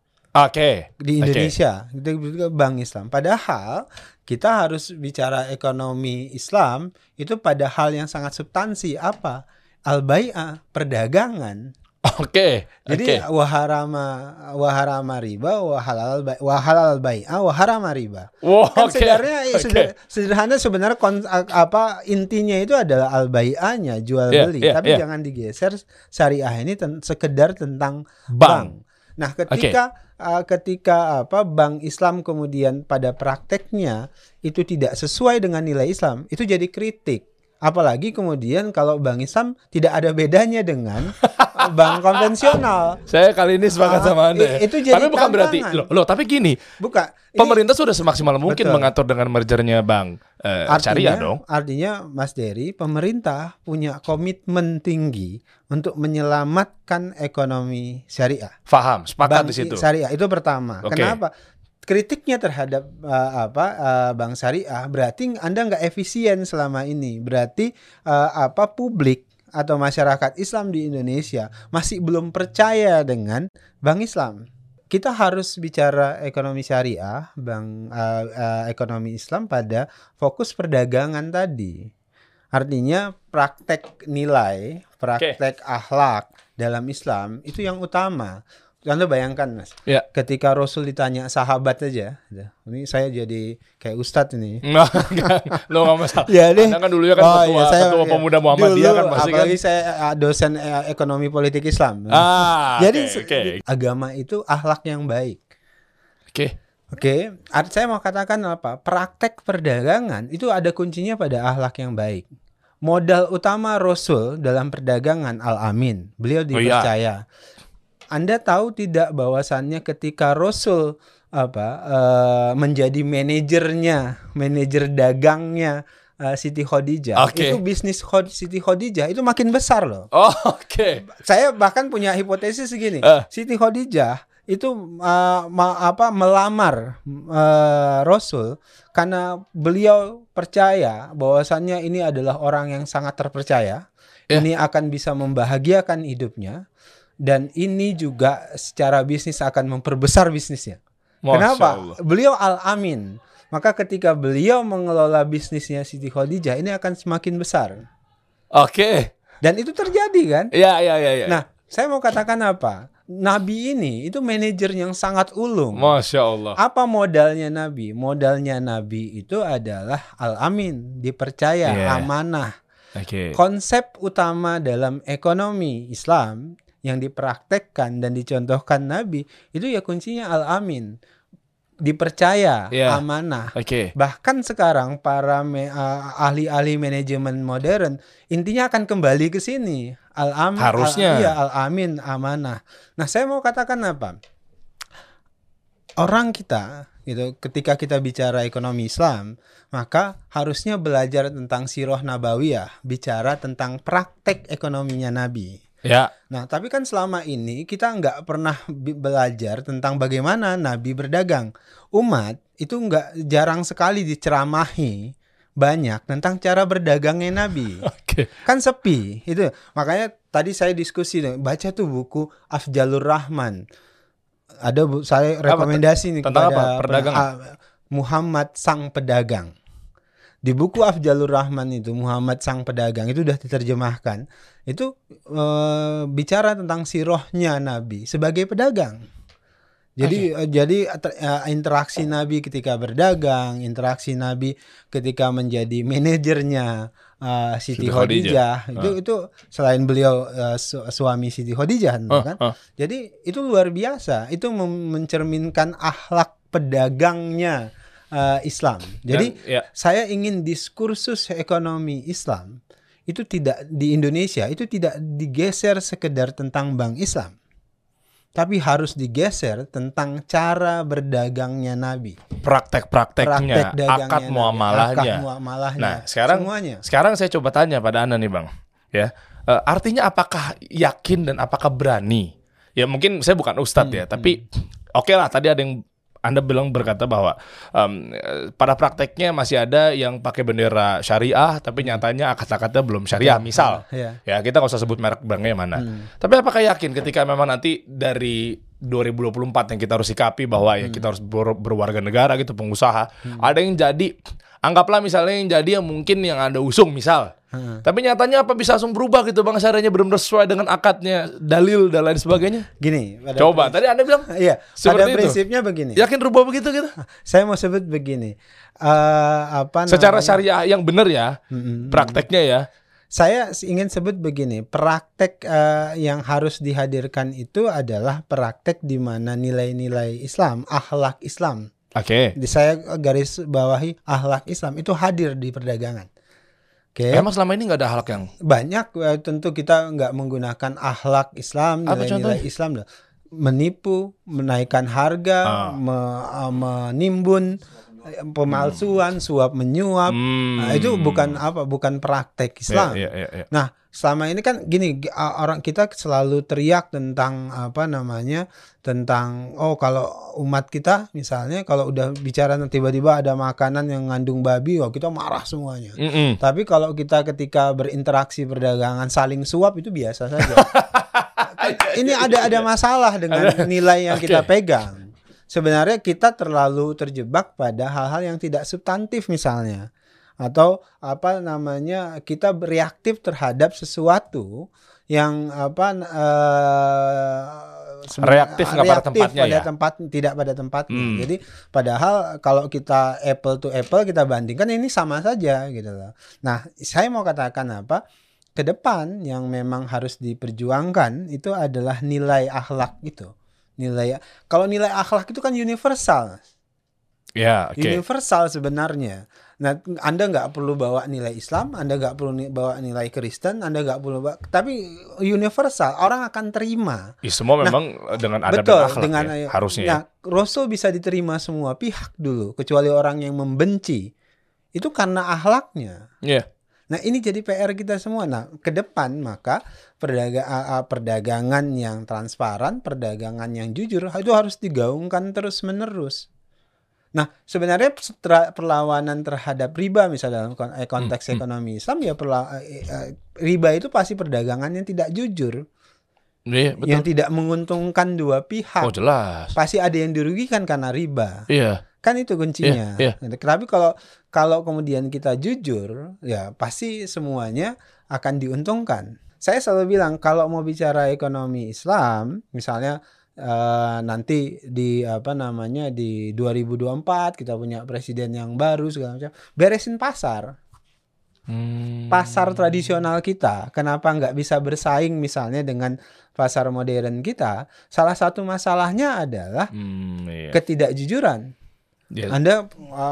Di Indonesia itu bank Islam. Padahal kita harus bicara ekonomi Islam itu pada hal yang sangat substansi. Apa? Al-bai'ah, perdagangan. Jadi waharama riba, wahalal bai'ah, waharama riba. Sederhana sebenarnya intinya itu adalah al-bai'ahnya, jual beli. Tapi jangan digeser syariah ini sekedar tentang bank. Nah, ketika bank Islam kemudian pada prakteknya itu tidak sesuai dengan nilai Islam, itu jadi kritik. Apalagi kemudian kalau bank Islam tidak ada bedanya dengan bank konvensional. Saya kali ini sepakat sama Anda. Itu jadi tapi bukan berarti tapi gini. Pemerintah sudah semaksimal mungkin mengatur dengan mergernya bank syariah dong. Artinya Mas Dery, pemerintah punya komitmen tinggi untuk menyelamatkan ekonomi syariah. Paham, sepakat di situ. Syariah itu pertama. Kenapa? Kritiknya terhadap bank syariah berarti Anda nggak efisien selama ini. Berarti publik atau masyarakat Islam di Indonesia masih belum percaya dengan bank Islam. Kita harus bicara ekonomi syariah, ekonomi Islam pada fokus perdagangan tadi. Artinya praktek nilai, praktek akhlak dalam Islam itu yang utama. Anda bayangkan Mas, ketika Rasul ditanya sahabat aja, ini saya jadi kayak ustadz ini. Lo nggak masalah. Anda kan dulunya kan ketua pemuda Muhammadiyah kan pasti kan. Apalagi saya dosen ekonomi politik Islam. Jadi agama itu akhlak yang baik. Saya mau katakan apa? Praktek perdagangan itu ada kuncinya pada akhlak yang baik. Modal utama Rasul dalam perdagangan al-amin, beliau dipercaya. Anda tahu tidak bahwasannya ketika Rasul menjadi manajer dagangnya Siti Khadijah, itu bisnis Siti Khadijah itu makin besar loh. Saya bahkan punya hipotesis segini, Siti Khadijah itu melamar Rasul karena beliau percaya bahwasannya ini adalah orang yang sangat terpercaya, ini akan bisa membahagiakan hidupnya. Dan ini juga secara bisnis akan memperbesar bisnisnya. Kenapa? Allah. Beliau al-amin. Maka ketika beliau mengelola bisnisnya Siti Khadijah, ini akan semakin besar. Dan itu terjadi kan? Iya. Nah, saya mau katakan apa? Nabi ini itu manajer yang sangat ulung. Masya Allah. Apa modalnya Nabi? Modalnya Nabi itu adalah al-amin, dipercaya, amanah. Konsep utama dalam ekonomi Islam yang dipraktekkan dan dicontohkan Nabi itu ya kuncinya al-amin, dipercaya, amanah. Bahkan sekarang para ahli-ahli manajemen modern intinya akan kembali ke sini, al-amin, amanah. Nah, saya mau katakan apa? Orang kita gitu, ketika kita bicara ekonomi Islam, maka harusnya belajar tentang sirah nabawiyah, bicara tentang praktek ekonominya Nabi. Ya. Nah, tapi kan selama ini kita nggak pernah belajar tentang bagaimana Nabi berdagang. Umat itu jarang sekali diceramahi banyak tentang cara berdagangnya Nabi. Kan sepi itu. Makanya tadi saya diskusi, baca tuh buku Afjalur Rahman. Ada saya rekomendasi nih kepada Muhammad Sang Pedagang. Di buku Afjalur Rahman itu Muhammad Sang Pedagang itu sudah diterjemahkan. Itu bicara tentang sirahnya Nabi sebagai pedagang. Jadi interaksi Nabi ketika berdagang, interaksi Nabi ketika menjadi manajernya Siti Khadijah. Itu selain beliau suami Siti Khadijah kan. Jadi itu luar biasa. Itu mencerminkan akhlak pedagangnya Islam. Jadi saya ingin diskursus ekonomi Islam itu tidak di Indonesia itu tidak digeser sekedar tentang bank Islam, tapi harus digeser tentang cara berdagangnya Nabi, praktek-prakteknya, akad muamalahnya. Nah, sekarang saya coba tanya pada Anda nih, Bang. Ya, artinya apakah yakin dan apakah berani? Ya mungkin saya bukan ustadz ya, tapi oke lah. Tadi ada yang Anda bilang berkata bahwa pada prakteknya masih ada yang pakai bendera syariah, tapi nyatanya akad-akadnya belum syariah. Misal, ya kita nggak usah sebut merek banknya mana. Tapi apakah yakin ketika memang nanti dari 2024 yang kita harus sikapi bahwa ya kita harus berwarga negara gitu, pengusaha, ada yang jadi, anggaplah misalnya yang jadi yang mungkin yang ada usung misal. Tapi nyatanya apa bisa langsung berubah gitu Bang, syariahnya benar-benar sesuai dengan akadnya, dalil dan lain sebagainya. Gini, coba tadi Anda bilang pada prinsipnya begini. Yakin rubah begitu gitu? Saya mau sebut begini. Secara syariah yang benar ya, prakteknya ya. Saya ingin sebut begini, praktek yang harus dihadirkan itu adalah praktek di mana nilai-nilai Islam, akhlak Islam. Saya garis bawahi akhlak Islam itu hadir di perdagangan. Emang selama ini nggak ada akhlak yang banyak? Tentu kita nggak menggunakan akhlak Islam, nilai-nilai Islam, menipu, menaikkan harga, menimbun, pemalsuan, suap menyuap. Nah, itu bukan praktek Islam. Nah, selama ini kan gini, orang kita selalu teriak tentang tentang kalau umat kita misalnya kalau udah bicara tiba-tiba ada makanan yang ngandung babi, kita marah semuanya. Tapi kalau kita ketika berinteraksi perdagangan saling suap itu biasa saja. Ini ada masalah dengan nilai yang kita pegang. Sebenarnya kita terlalu terjebak pada hal-hal yang tidak substantif misalnya, atau kita reaktif terhadap sesuatu yang reaktif pada tempatnya tidak pada tempatnya. Jadi padahal kalau kita apple to apple kita bandingkan ini sama saja gitu loh. Nah, saya mau katakan ke depan yang memang harus diperjuangkan itu adalah nilai akhlak itu. Kalau nilai akhlak itu kan universal. Universal sebenarnya. Nah, Anda nggak perlu bawa nilai Islam, Anda nggak perlu bawa nilai Kristen, Anda nggak perlu tapi universal, orang akan terima. Semua memang dengan adab dan akhlak harusnya. Nah, Rasul bisa diterima semua pihak dulu, kecuali orang yang membenci. Itu karena akhlaknya. Nah, ini jadi PR kita semua. Nah, ke depan maka perdagangan yang transparan, perdagangan yang jujur itu harus digaungkan terus-menerus. Nah, sebenarnya perlawanan terhadap riba misalnya dalam konteks ekonomi Islam riba itu pasti perdagangan yang tidak jujur. Betul. Yang tidak menguntungkan dua pihak. Jelas. Pasti ada yang dirugikan karena riba. Kan itu kuncinya. Tapi kalau kemudian kita jujur, ya pasti semuanya akan diuntungkan. Saya selalu bilang kalau mau bicara ekonomi Islam, misalnya nanti di di 2024 kita punya presiden yang baru segala macam, beresin pasar. Pasar tradisional kita, kenapa nggak bisa bersaing misalnya dengan pasar modern kita? Salah satu masalahnya adalah Iya. ketidakjujuran. Iya. Anda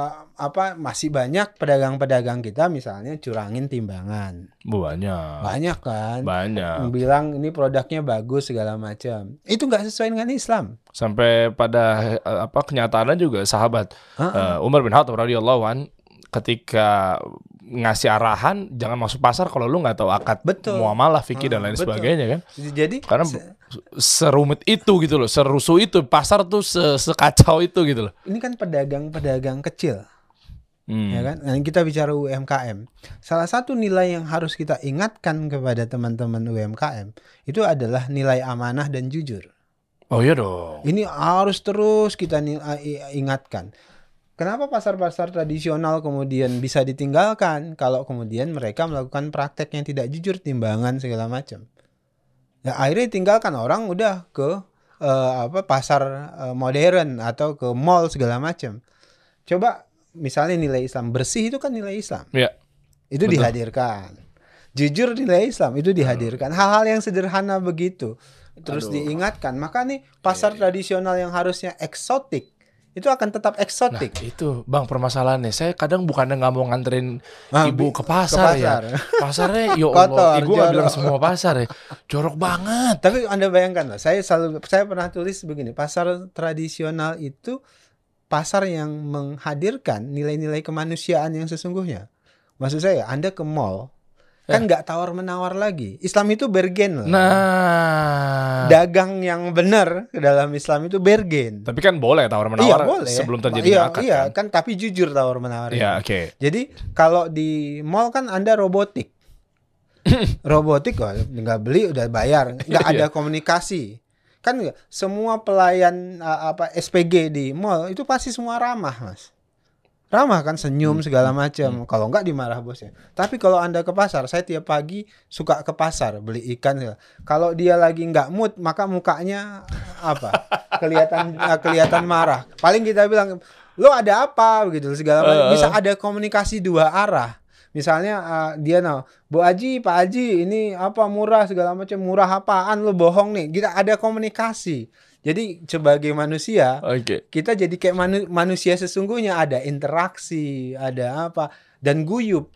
masih banyak pedagang-pedagang kita misalnya curangin timbangan. Banyak. Banyak kan? Banyak. Bilang ini produknya bagus segala macam. Itu nggak sesuai dengan Islam. Sampai pada kenyataannya juga sahabat Umar bin Khattab radhiyallahu an ketika ngasih arahan jangan masuk pasar kalau lu nggak tahu akad muamalah, fikih dan lain sebagainya kan. Jadi karena serumit itu gitu loh, serusuh itu pasar tuh sekacau itu gitu loh. Ini kan pedagang-pedagang kecil. Ya kan? Nah, kita bicara UMKM. Salah satu nilai yang harus kita ingatkan kepada teman-teman UMKM itu adalah nilai amanah dan jujur. Oh iya dong. Ini harus terus kita ingatkan. Kenapa pasar-pasar tradisional kemudian bisa ditinggalkan kalau kemudian mereka melakukan praktek yang tidak jujur, timbangan segala macam. Ya, akhirnya tinggalkan, orang udah ke pasar modern atau ke mall segala macam. Coba misalnya nilai Islam, bersih itu kan nilai Islam. Ya. Itu betul. Dihadirkan. Jujur nilai Islam itu dihadirkan. Hal-hal yang sederhana begitu terus diingatkan. Maka nih pasar tradisional yang harusnya eksotik itu akan tetap eksotik. Nah, itu Bang permasalahannya. Saya kadang bukannya nggak mau nganterin ibu ke pasar ya. Pasarnya ya Allah, ibu nggak bilang semua pasar ya. Jorok banget. Tapi Anda bayangkan lah, saya pernah tulis begini, pasar tradisional itu pasar yang menghadirkan nilai-nilai kemanusiaan yang sesungguhnya. Maksud saya, Anda ke mall kan nggak tawar-menawar lagi. Islam itu bergen lah. Nah, dagang yang benar dalam Islam itu bergen. Tapi kan boleh tawar-menawar boleh. Sebelum terjadi akad iya, kan tapi jujur tawar-menawar. Iya, oke. Jadi kalau di mall kan Anda robotik. Robotik nggak beli udah bayar, nggak ada komunikasi. Kan semua pelayan SPG di mall itu pasti semua ramah, Mas. Ramah kan, senyum segala macam. Kalau enggak dimarah bosnya. Tapi kalau Anda ke pasar, saya tiap pagi suka ke pasar beli ikan. Kalau dia lagi enggak mood, maka mukanya kelihatan marah. Paling kita bilang, "Lo ada apa?" begitu segala macam. Bisa ada komunikasi dua arah. Misalnya dia Bu Haji, Pak Haji, ini murah segala macam. Murah apaan, lo bohong nih. Kita ada komunikasi. Jadi sebagai manusia, kita jadi kayak manusia sesungguhnya, ada interaksi, ada dan guyup.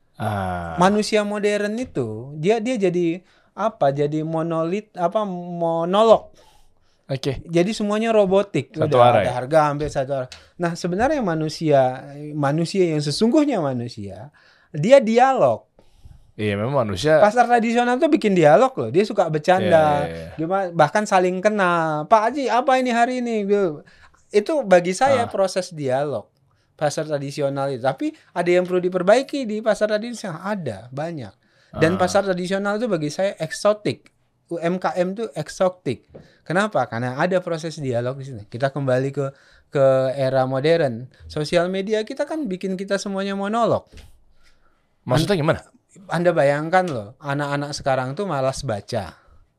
Manusia modern itu dia jadi monolit, monolog. Jadi semuanya robotik. Ada harga hampir satu arah. Nah, sebenarnya manusia yang sesungguhnya manusia, dia dialog. Iya, memang manusia. Pasar tradisional tuh bikin dialog loh. Dia suka bercanda. Gimana, bahkan saling kenal. Pak Haji, apa ini hari ini? Itu bagi saya proses dialog. Pasar tradisional itu. Tapi ada yang perlu diperbaiki di pasar tradisional. Ada, banyak. Dan pasar tradisional itu bagi saya eksotik. UMKM itu eksotik. Kenapa? Karena ada proses dialog di sini. Kita kembali ke era modern. Sosial media kita kan bikin kita semuanya monolog. Maksudnya gimana? Anda bayangkan loh, anak-anak sekarang tuh malas baca.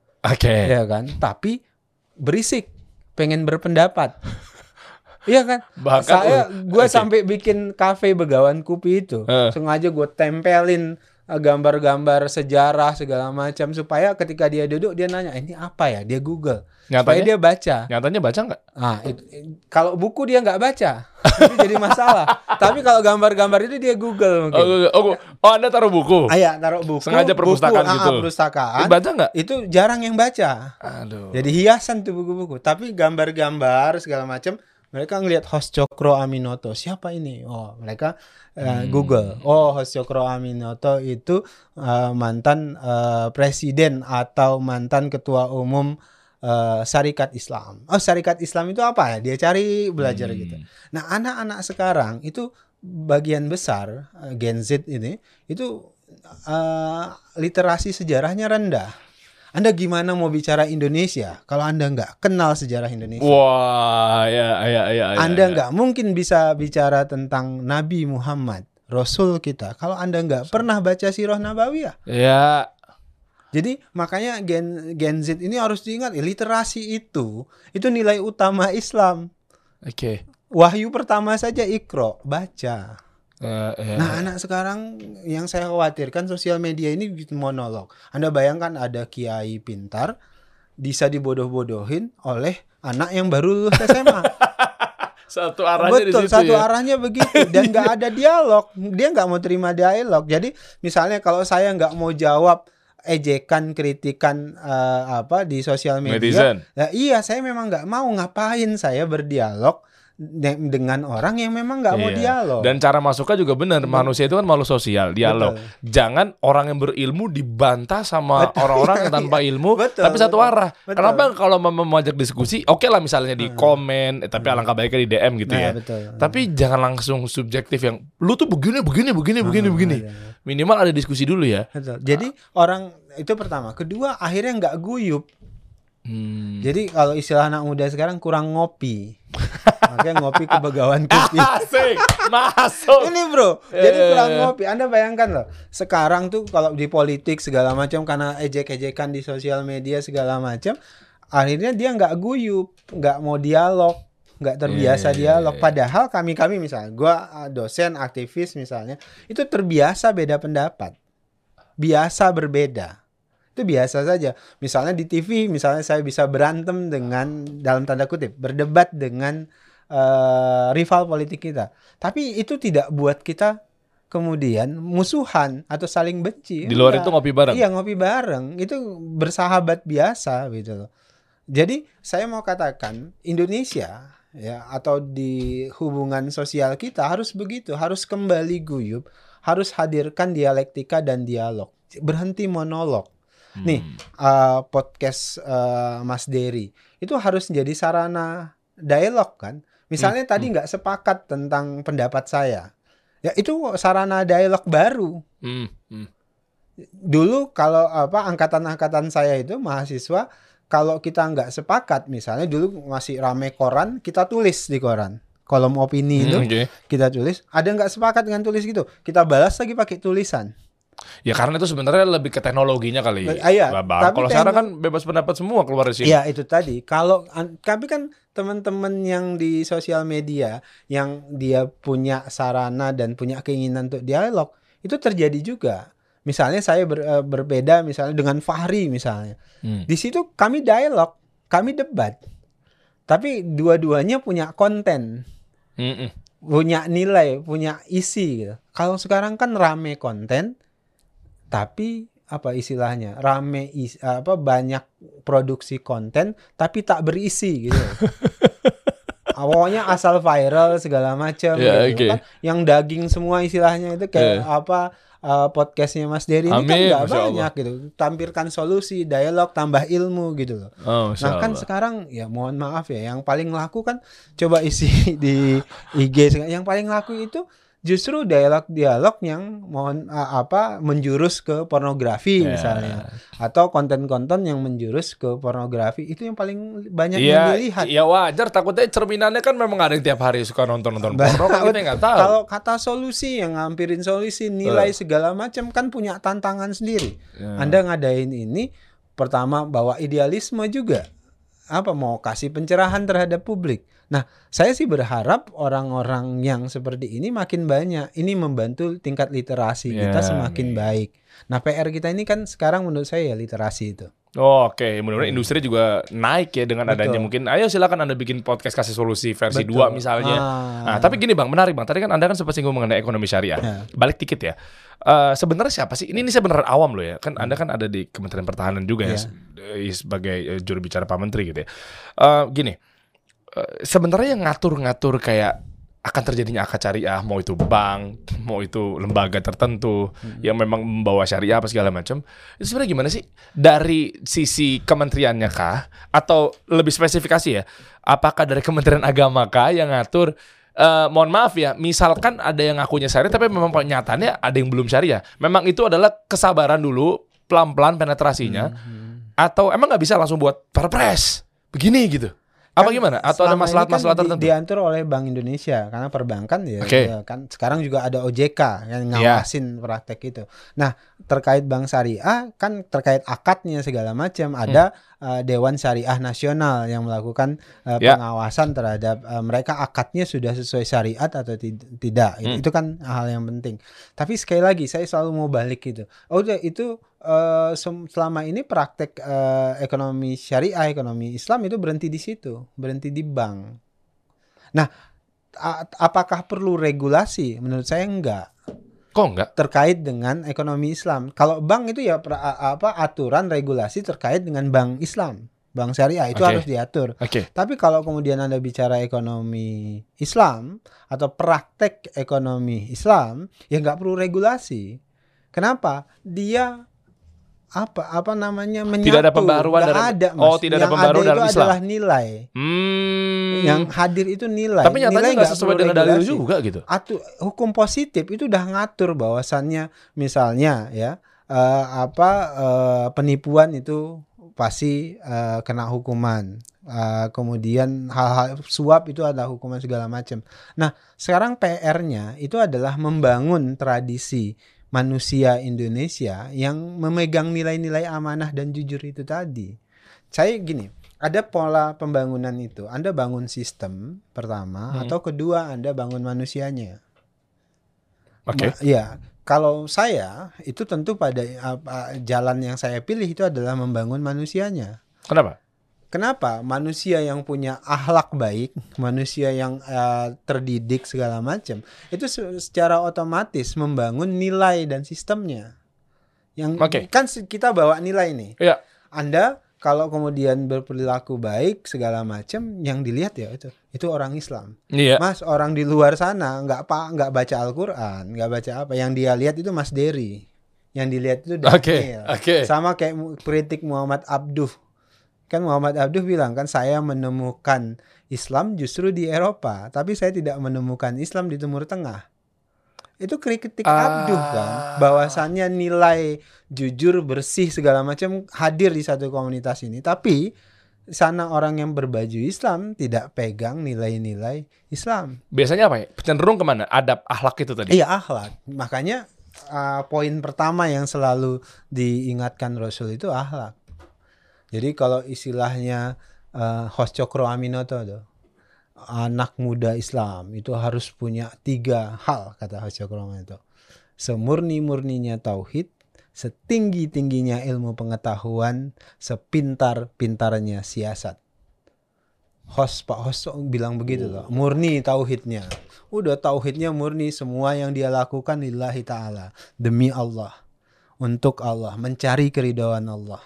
Ya kan? Tapi berisik, pengen berpendapat. Iya kan? Gue sampai bikin kafe Begawan Kopi itu. Sengaja gue tempelin gambar-gambar sejarah segala macam supaya ketika dia duduk dia nanya, ini apa ya? Dia Google. Supaya dia baca. Nyatanya baca nggak? Kalau buku dia nggak baca, itu jadi masalah. Tapi kalau gambar-gambar itu dia Google mungkin. Anda taruh buku? Iya, taruh buku. Sengaja perpustakaan gitu. Perpustakaan. Baca nggak? Itu jarang yang baca. Aduh. Jadi hiasan tuh buku-buku. Tapi gambar-gambar segala macam, mereka ngelihat Hos Cokro Aminoto. Siapa ini? Oh, mereka Google. Oh, Hos Cokro Aminoto itu mantan presiden atau mantan ketua umum Syarikat Islam. Oh, Syarikat Islam itu apa ya? Dia cari belajar gitu. Nah, anak-anak sekarang itu bagian besar Gen Z ini itu literasi sejarahnya rendah. Anda gimana mau bicara Indonesia kalau Anda nggak kenal sejarah Indonesia? Wah, ya. Anda nggak mungkin bisa bicara tentang Nabi Muhammad, Rasul kita, kalau Anda nggak pernah baca Sirah Nabawiyah. Ya. Jadi makanya Gen Z ini harus diingat, literasi itu nilai utama Islam. Wahyu pertama saja Iqra, baca. Nah, anak sekarang yang saya khawatirkan sosial media ini monolog. Anda bayangkan ada kiai pintar bisa dibodoh-bodohin oleh anak yang baru lulus SMA. Satu arahnya di Betul, situ satu ya. arahnya begitu dan nggak ada dialog. Dia nggak mau terima dialog. Jadi misalnya kalau saya nggak mau jawab ejekan, kritikan di sosial media, Netizen. ya iya saya memang nggak mau. Ngapain saya berdialog dengan orang yang memang nggak mau dialog. Dan cara masuknya juga benar. Manusia itu kan makhluk sosial, dialog. Betul. Jangan orang yang berilmu dibantah sama orang-orang yang tanpa ilmu, Betul, tapi satu arah. betul. Kenapa kalau memajak diskusi, oke lah misalnya di komen, tapi alangkah baiknya di DM gitu ya. Betul. Tapi jangan langsung subjektif yang lu tuh begini. Minimal ada diskusi dulu ya. Betul. Jadi orang itu pertama, kedua akhirnya nggak guyup. Jadi kalau istilah anak muda sekarang kurang ngopi. Makanya ngopi ke Begawan Putih. Asik, masuk. Ini bro, jadi kurang ngopi. Anda bayangkan loh, sekarang tuh kalau di politik segala macam karena ejek-ejekan di sosial media segala macam, akhirnya dia nggak guyup, nggak mau dialog, nggak terbiasa dialog. Padahal kami misalnya, gua dosen aktivis misalnya, itu terbiasa beda pendapat, biasa berbeda. Itu biasa saja. Misalnya di TV, misalnya saya bisa berantem dengan, dalam tanda kutip, berdebat dengan rival politik kita. Tapi itu tidak buat kita kemudian musuhan atau saling benci. Di luar itu ngopi bareng. Iya, ngopi bareng. Itu bersahabat biasa gitu loh. Jadi saya mau katakan Indonesia ya, atau di hubungan sosial kita harus begitu, harus kembali guyup, harus hadirkan dialektika dan dialog. Berhenti monolog. Nih, podcast Mas Dery itu harus jadi sarana dialog kan. Misalnya tadi nggak sepakat tentang pendapat saya, ya itu sarana dialog baru. Dulu kalau angkatan-angkatan saya itu mahasiswa, kalau kita nggak sepakat, misalnya dulu masih rame koran, kita tulis di koran, kolom opini itu kita tulis. Ada nggak sepakat dengan tulis gitu, kita balas lagi pakai tulisan. Ya karena itu sebenarnya lebih ke teknologinya kali. Iya, kalau sekarang kan bebas pendapat semua keluar dari sini. Iya, itu tadi. Tapi kan teman-teman yang di sosial media yang dia punya sarana dan punya keinginan untuk dialog, itu terjadi juga. Misalnya saya berbeda misalnya dengan Fahri misalnya. Di situ kami dialog, kami debat. Tapi dua-duanya punya konten. Punya nilai, punya isi gitu. Kalau sekarang kan rame konten, tapi apa istilahnya, banyak produksi konten tapi tak berisi gitu. Awalnya asal viral segala macam gitu kan. Yang daging semua istilahnya itu kayak podcastnya Mas Dery ini kan nggak banyak gitu. Tampilkan solusi, dialog, tambah ilmu gitu loh. Nah kan sekarang ya mohon maaf ya, yang paling laku kan coba isi di IG, yang paling laku itu justru dialog-dialog yang menjurus ke pornografi misalnya, atau konten-konten yang menjurus ke pornografi, itu yang paling banyak yang dilihat. Iya wajar, takutnya cerminannya kan memang ada yang tiap hari suka nonton porno, kita nggak tahu. Kalau kata solusi, yang ngampirin solusi, nilai segala macam kan punya tantangan sendiri. Anda ngadain ini, pertama bawa idealisme juga, mau kasih pencerahan terhadap publik. Nah, saya sih berharap orang-orang yang seperti ini makin banyak. Ini membantu tingkat literasi kita semakin baik. Nah, PR kita ini kan sekarang menurut saya ya literasi itu. Oke, mudah-mudahan industri juga naik ya dengan adanya mungkin. Ayo silakan Anda bikin podcast kasih solusi versi 2 misalnya. Nah, tapi gini Bang, menarik Bang. Tadi kan Anda kan sempat singgung mengenai ekonomi syariah. Balik dikit ya. Sebenarnya siapa sih? Ini saya beneran awam loh ya. Kan Anda kan ada di Kementerian Pertahanan juga ya sebagai juru bicara Pak Menteri gitu ya. Gini. Sebenarnya yang ngatur-ngatur kayak akan terjadinya akad syariah, mau itu bank, mau itu lembaga tertentu yang memang membawa syariah apa segala macam, itu sebenarnya gimana sih dari sisi kementeriannya kah, atau lebih spesifikasi ya, apakah dari Kementerian Agama kah yang ngatur? Mohon maaf ya, misalkan ada yang ngakunya syariah tapi memang nyatanya ada yang belum syariah, memang itu adalah kesabaran dulu, pelan-pelan penetrasinya, atau emang nggak bisa langsung buat perpres begini gitu? Apa gimana? Atau ada selama ini masalah-masalah kan tertentu? diatur oleh Bank Indonesia karena perbankan ya, Oke. ya kan sekarang juga ada OJK yang ngawasin praktek itu. Nah, terkait bank syariah kan terkait akadnya segala macam ada Dewan Syariah Nasional yang melakukan pengawasan terhadap mereka akadnya sudah sesuai syariat atau tidak. Itu kan hal yang penting. Tapi sekali lagi saya selalu mau balik gitu. Itu selama ini praktek ekonomi syariah, ekonomi Islam itu berhenti di situ, berhenti di bank. Nah, apakah perlu regulasi? Menurut saya enggak. Kok enggak? Terkait dengan ekonomi Islam. Kalau bank itu ya aturan regulasi terkait dengan bank Islam, bank syariah itu harus diatur. Tapi kalau kemudian Anda bicara ekonomi Islam atau praktek ekonomi Islam, ya enggak perlu regulasi. Kenapa? Dia apa namanya menyatu. Tidak ada pembaruan dari ada, Mas. tidak ada pembaruan dalam Islam. Yang ada itu adalah nilai. Yang hadir itu nilai. Tapi nyatanya nggak sesuai dengan dalil juga gitu. Hukum positif itu udah ngatur bahwasannya misalnya ya penipuan itu pasti kena hukuman. Kemudian hal-hal suap itu ada hukuman segala macam. Nah, sekarang PR-nya itu adalah membangun tradisi manusia Indonesia yang memegang nilai-nilai amanah dan jujur itu tadi. Saya gini, ada pola pembangunan itu. Anda bangun sistem pertama atau kedua Anda bangun manusianya. Ya, kalau saya itu tentu pada jalan yang saya pilih itu adalah membangun manusianya. Kenapa? Manusia yang punya akhlak baik, manusia yang terdidik segala macam, itu secara otomatis membangun nilai dan sistemnya. Yang kan kita bawa nilai nih. Anda kalau kemudian berperilaku baik segala macam, yang dilihat ya itu orang Islam. Mas, orang di luar sana nggak baca Al-Quran, nggak baca apa, yang dia lihat itu Mas Dery, yang dilihat itu Daniel. Sama kayak kritik Muhammad Abduh. Kan Muhammad Abduh bilang kan, saya menemukan Islam justru di Eropa, tapi saya tidak menemukan Islam di Timur Tengah. Itu kritik Abduh kan, bahwasannya nilai jujur, bersih segala macam hadir di satu komunitas ini, tapi sana orang yang berbaju Islam tidak pegang nilai-nilai Islam. Biasanya apa ya? Cenderung kemana? Adab, akhlak itu tadi? Iya, akhlak. Makanya poin pertama yang selalu diingatkan Rasul itu akhlak. Jadi kalau istilahnya Hos Cokro Aminoto tuh, anak muda Islam itu harus punya 3 hal, kata Hos Cokro Aminoto. Semurni-murninya tauhid, setinggi-tingginya ilmu pengetahuan, sepintar-pintarnya siasat. Pak Hos bilang begitu loh. Murni tauhidnya. Udah tauhidnya murni, semua yang dia lakukan lillahi ta'ala, demi Allah, untuk Allah, mencari keridhaan Allah.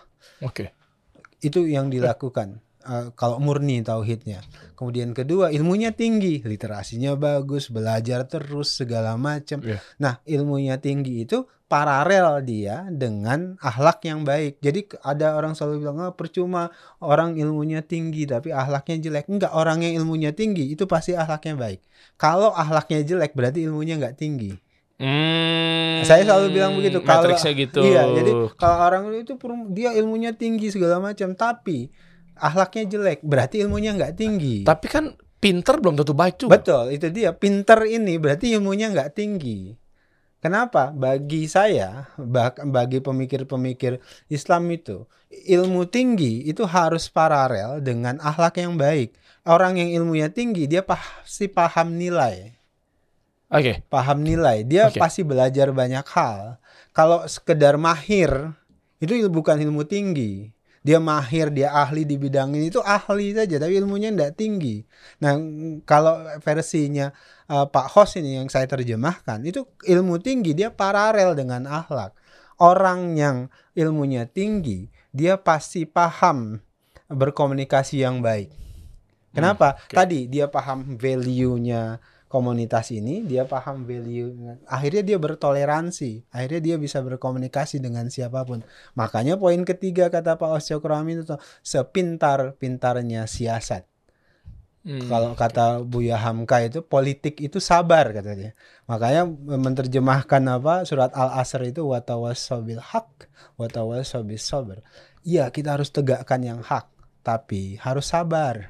Itu yang dilakukan kalau murni tauhidnya. Kemudian kedua, ilmunya tinggi, literasinya bagus, belajar terus segala macam. Nah, ilmunya tinggi itu paralel dia dengan akhlak yang baik. Jadi ada orang selalu bilang, percuma orang ilmunya tinggi tapi akhlaknya jelek. Enggak, orang yang ilmunya tinggi itu pasti akhlaknya baik. Kalau akhlaknya jelek berarti ilmunya enggak tinggi. Saya selalu bilang begitu. Kalau gitu. Iya, jadi kalau orang itu dia ilmunya tinggi segala macam tapi akhlaknya jelek, berarti ilmunya nggak tinggi. Tapi kan pinter belum tentu baik juga. Betul, itu dia. Pinter ini berarti ilmunya nggak tinggi. Kenapa? Bagi saya, bagi pemikir-pemikir Islam itu, ilmu tinggi itu harus paralel dengan akhlak yang baik. Orang yang ilmunya tinggi dia pasti paham nilai. Paham nilai, dia pasti belajar banyak hal. Kalau sekedar mahir, itu bukan ilmu tinggi. Dia mahir, dia ahli di bidang ini, itu ahli saja, tapi ilmunya tidak tinggi. Nah, kalau versinya Pak Hos ini yang saya terjemahkan, itu ilmu tinggi, dia paralel dengan akhlak. Orang yang ilmunya tinggi, dia pasti paham berkomunikasi yang baik. Kenapa? Tadi dia paham value-nya komunitas ini, dia paham value, akhirnya dia bertoleransi, akhirnya dia bisa berkomunikasi dengan siapapun. Makanya poin ketiga kata Pak Hos Cokro Aminoto, sepintar-pintarnya siasat. Kalau kata Buya Hamka itu, politik itu sabar katanya. Makanya menerjemahkan surat Al-Asr itu watawassaw bil haq watawassaw bis sabr. Iya, kita harus tegakkan yang hak, tapi harus sabar.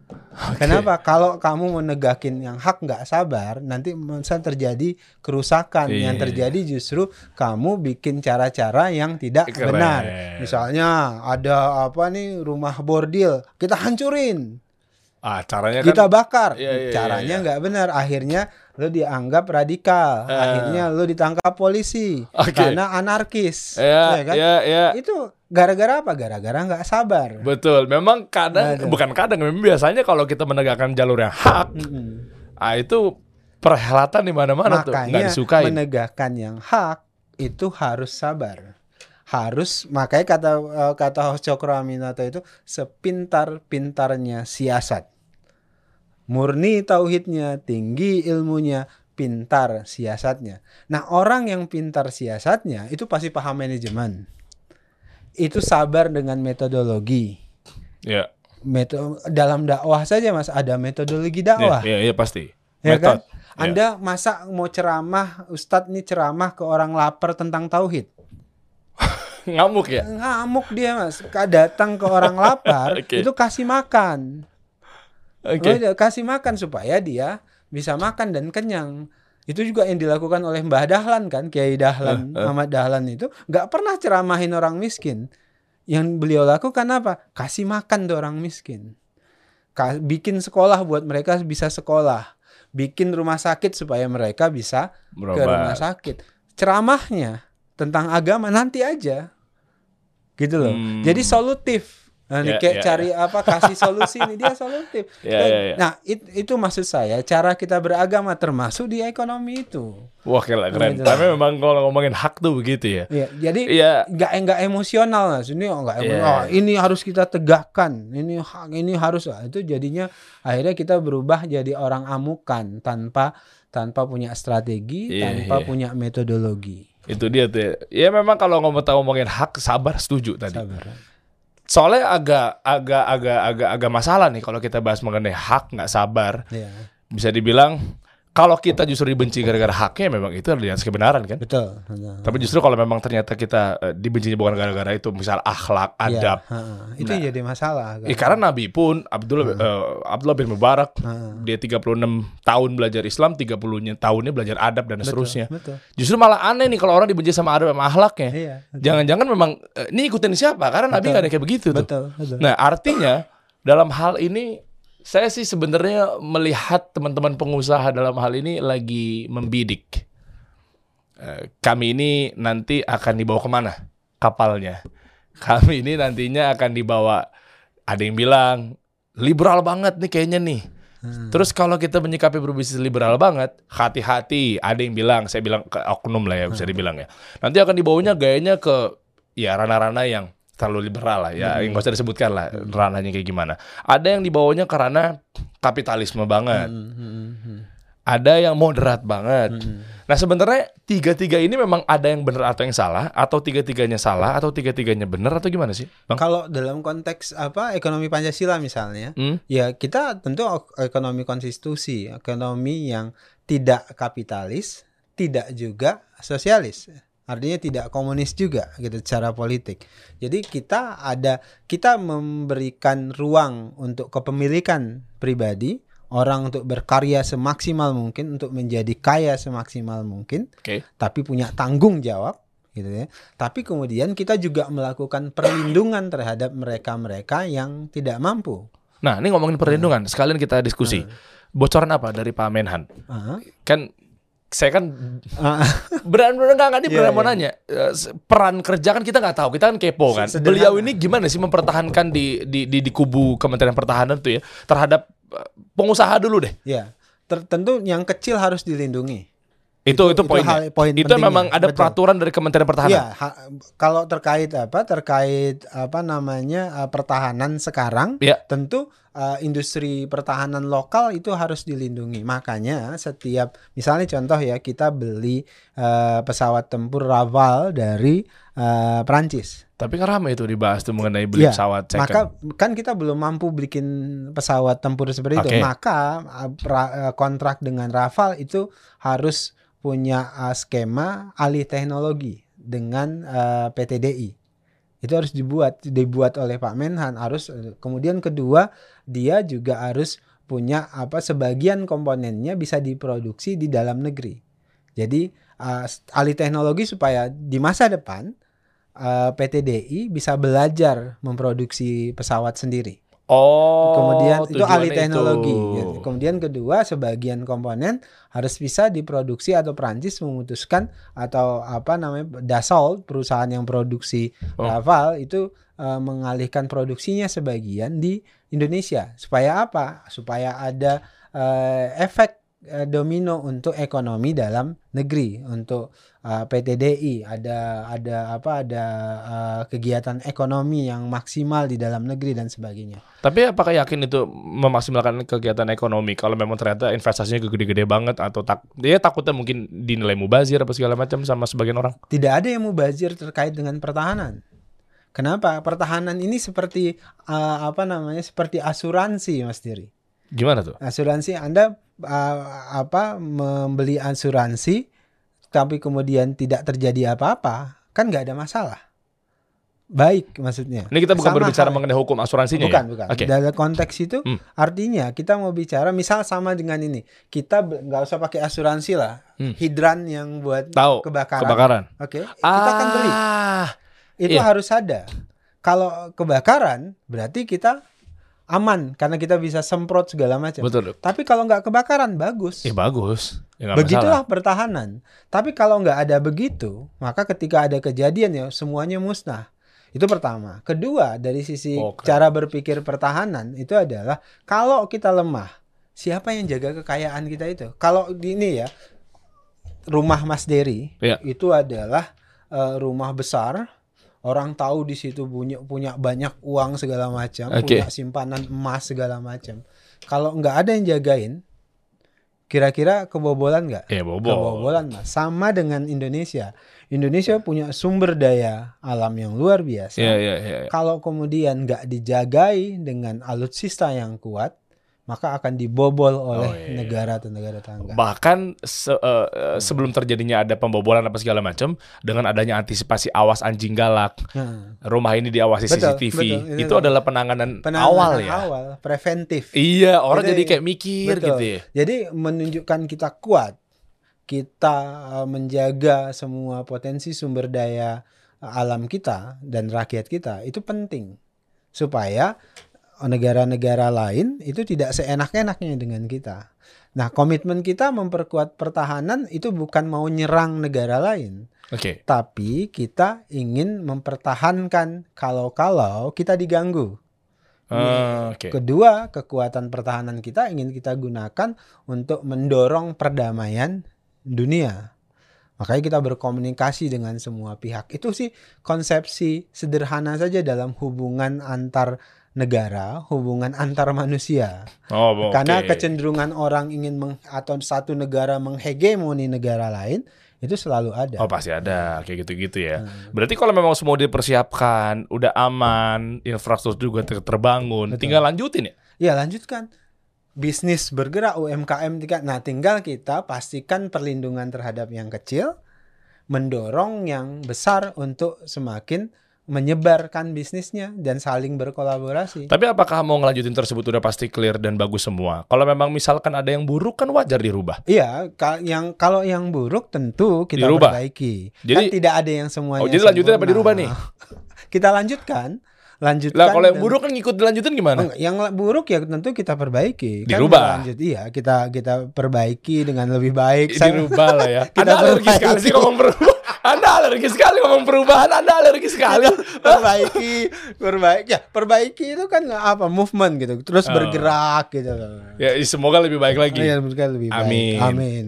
Kenapa? Kalau kamu menegakin yang hak nggak sabar, nanti bisa terjadi kerusakan. Iya. Yang terjadi justru kamu bikin cara-cara yang tidak Keren. benar. Misalnya ada apa nih rumah bordil, kita hancurin, Caranya kita kan bakar. Iya, Caranya iya. nggak benar. Akhirnya lo dianggap radikal. Akhirnya lo ditangkap polisi Oke. karena anarkis. Ya, kan? ya. Itu gara-gara apa? Gara-gara nggak sabar. Betul. Memang kadang, Ada. bukan kadang, memang biasanya kalau kita menegakkan jalur yang hak, itu perhelatan di mana-mana tuh nggak Makanya disukai. menegakkan yang hak itu harus sabar. Makanya kata Cokro Aminoto itu sepintar-pintarnya siasat. Murni tauhidnya, tinggi ilmunya, pintar siasatnya. Nah, orang yang pintar siasatnya itu pasti paham manajemen. Itu sabar dengan metodologi. Ya. Dalam dakwah saja Mas ada metodologi dakwah. Iya, pasti. Ya Metode. kan? Anda masa mau ceramah, Ustadz nih ceramah ke orang lapar tentang tauhid. Ngamuk ya. Ngamuk dia Mas. Datang ke orang lapar Oke. itu kasih makan. Oke. Kasih makan supaya dia bisa makan dan kenyang. Itu juga yang dilakukan oleh Mbah Dahlan kan, Kiai Dahlan, Muhammad Dahlan itu nggak pernah ceramahin orang miskin. Yang beliau lakukan apa? Kasih makan tuh orang miskin. Bikin sekolah buat mereka bisa sekolah. Bikin rumah sakit supaya mereka bisa ke rumah sakit. Ceramahnya tentang agama nanti aja. Gitu loh. Jadi solutif. Nah, kayak cari apa kasih solusi nih dia solutif. Nah, itu maksud saya cara kita beragama termasuk di ekonomi itu. Wah, keren. Gitu. Tapi memang kalau ngomongin hak tuh begitu ya. Iya, jadi nggak emosional Mas. Ini harus kita tegakkan. Ini harus itu jadinya akhirnya kita berubah jadi orang amukan tanpa punya strategi, tanpa punya metodologi. Itu dia tuh. Ya memang kalau ngomongin hak, sabar, setuju tadi. Sabar. Soalnya agak masalah nih kalau kita bahas mengenai hak nggak sabar. Iya. Bisa dibilang kalau kita justru dibenci gara-gara haknya, memang itu adalah kebenaran kan. Betul. Tapi justru kalau memang ternyata kita dibencinya bukan gara-gara itu, misal akhlak, adab, itu jadi masalah. Kan? karena Nabi pun Abdullah bin Mubarak, dia 36 tahun belajar Islam, 30 tahunnya belajar adab dan seterusnya. Betul. Justru malah aneh nih kalau orang dibenci sama adab sama akhlaknya. Iya, Jangan-jangan memang ini ikutin siapa? Karena Nabi nggak ada kayak begitu tuh. Betul. Nah, artinya dalam hal ini saya sih sebenarnya melihat teman-teman pengusaha dalam hal ini lagi membidik. Kami ini nanti akan dibawa kemana kapalnya? Kami ini nantinya akan dibawa, ada yang bilang liberal banget nih kayaknya nih. Terus kalau kita menyikapi berbisnis liberal banget, hati-hati. Ada yang bilang, saya bilang ke oknum lah ya bisa dibilang ya. Nanti akan dibawanya gayanya ke ranah-ranah yang terlalu liberal lah ya, nggak usah disebutkan lah ranahnya kayak gimana. Ada yang dibawanya karena kapitalisme banget. Ada yang moderat banget. Nah sebenarnya tiga-tiga ini memang ada yang benar atau yang salah, atau tiga-tiganya salah, atau tiga-tiganya benar, atau gimana sih, Bang? Kalau dalam konteks ekonomi Pancasila misalnya, ya kita tentu ekonomi konstitusi, ekonomi yang tidak kapitalis, tidak juga sosialis. Artinya tidak komunis juga gitu secara politik. Jadi kita memberikan ruang untuk kepemilikan pribadi, orang untuk berkarya semaksimal mungkin, untuk menjadi kaya semaksimal mungkin, tapi punya tanggung jawab gitu ya. Tapi kemudian kita juga melakukan perlindungan terhadap mereka-mereka yang tidak mampu. Nah, ini ngomongin perlindungan, sekalian kita diskusi. Bocoran apa dari Pak Menhan? Kan saya kan beneran mau nanya, peran kerja kan kita nggak tahu, kita kan kepo kan. Beliau ini gimana sih mempertahankan di kubu Kementerian Pertahanan tuh ya terhadap pengusaha dulu deh. Ya, tentu yang kecil harus dilindungi. Itu poinnya. Poin itu memang ada peraturan dari Kementerian Pertahanan. Iya, kalau terkait pertahanan sekarang, tentu industri pertahanan lokal itu harus dilindungi. Makanya setiap misalnya contoh ya, kita beli pesawat tempur Rafale dari Prancis. Tapi kan ramai itu dibahas tuh mengenai beli pesawat second. Maka kan kita belum mampu bikin pesawat tempur seperti itu. Maka kontrak dengan Rafale itu harus punya skema alih teknologi dengan PT DI. Itu harus dibuat oleh Pak Menhan. Kemudian kedua, dia juga harus punya sebagian komponennya bisa diproduksi di dalam negeri. Jadi alih teknologi supaya di masa depan PT DI bisa belajar memproduksi pesawat sendiri. Kemudian itu alih teknologi. Ya. Kemudian kedua, sebagian komponen harus bisa diproduksi atau Prancis memutuskan atau Dassault, perusahaan yang produksi Rafale itu mengalihkan produksinya sebagian di Indonesia. Supaya apa? Supaya ada efek domino untuk ekonomi dalam negeri, untuk PT DI ada kegiatan ekonomi yang maksimal di dalam negeri dan sebagainya. Tapi apakah yakin itu memaksimalkan kegiatan ekonomi kalau memang ternyata investasinya gede-gede banget atau takutnya mungkin dinilai mubazir apa segala macam sama sebagian orang? Tidak ada yang mubazir terkait dengan pertahanan. Kenapa? Pertahanan ini seperti seperti asuransi, Mas Diri. Gimana tuh? Asuransi, Anda membeli asuransi tapi kemudian tidak terjadi apa-apa, kan nggak ada masalah. Baik, maksudnya. Ini kita bukan berbicara mengenai hukum asuransinya. Bukan. Okay. Dalam konteks itu artinya kita mau bicara misal sama dengan ini. Kita nggak usah pakai asuransi lah. Hidran yang buat kebakaran. Oke. Kita kan beli. Itu harus ada. Kalau kebakaran berarti kita aman karena kita bisa semprot segala macam. Betul. Tapi kalau nggak kebakaran bagus. Bagus. Ya, begitulah pertahanan. Tapi kalau nggak ada begitu, maka ketika ada kejadian ya semuanya musnah. Itu pertama. Kedua, dari sisi cara berpikir pertahanan itu adalah kalau kita lemah, siapa yang jaga kekayaan kita itu? Kalau ini ya, rumah Mas Dery itu adalah rumah besar. Orang tahu di situ punya banyak uang segala macam, punya simpanan emas segala macam. Kalau nggak ada yang jagain, kira-kira kebobolan nggak? Kebobolan, Mas. Sama dengan Indonesia. Indonesia punya sumber daya alam yang luar biasa. Kalau kemudian nggak dijagai dengan alutsista yang kuat, maka akan dibobol oleh negara atau negara tetangga. Bahkan sebelum terjadinya ada pembobolan apa segala macam, dengan adanya antisipasi awas anjing galak, rumah ini diawasi CCTV, itu adalah penanganan awal ya. Awal, preventif. Iya, orang jadi kayak mikir gitu ya. Jadi menunjukkan kita kuat, kita menjaga semua potensi sumber daya alam kita dan rakyat kita, itu penting supaya negara-negara lain itu tidak seenak-enaknya dengan kita. Nah, komitmen kita memperkuat pertahanan itu bukan mau nyerang negara lain. Tapi kita ingin mempertahankan kalau kita diganggu. Kedua, kekuatan pertahanan kita ingin kita gunakan untuk mendorong perdamaian dunia. Makanya kita berkomunikasi dengan semua pihak. Itu sih konsepsi sederhana saja dalam hubungan antar negara, hubungan antar manusia. Karena kecenderungan orang ingin atau satu negara menghegemoni negara lain itu selalu ada. Pasti ada kayak gitu-gitu ya. Berarti kalau memang semua dipersiapkan, udah aman, infrastruktur juga terbangun, tinggal lanjutin ya? Iya, lanjutkan. Bisnis bergerak, UMKM tinggal kita pastikan perlindungan terhadap yang kecil, mendorong yang besar untuk semakin menyebarkan bisnisnya dan saling berkolaborasi. Tapi apakah mau ngelanjutin tersebut udah pasti clear dan bagus semua? Kalau memang misalkan ada yang buruk kan wajar dirubah. Iya, kalau yang buruk tentu kita perbaiki. Jadi kan tidak ada yang semuanya. Jadi lanjutin apa dirubah nih? Kita lanjutkan. Lah kalau yang buruk kan ngikut dilanjutin gimana? Yang buruk ya tentu kita perbaiki. Dirubah. Kita perbaiki dengan lebih baik. Dirubah lah ya. Anda alergi sekali sih ngomong perubahan. Anda alergi sekali ngomong perubahan. Anda alergi sekali. Perbaiki itu kan movement gitu. Terus bergerak gitu. Ya semoga lebih baik lagi. Ya, semoga lebih baik. Amin.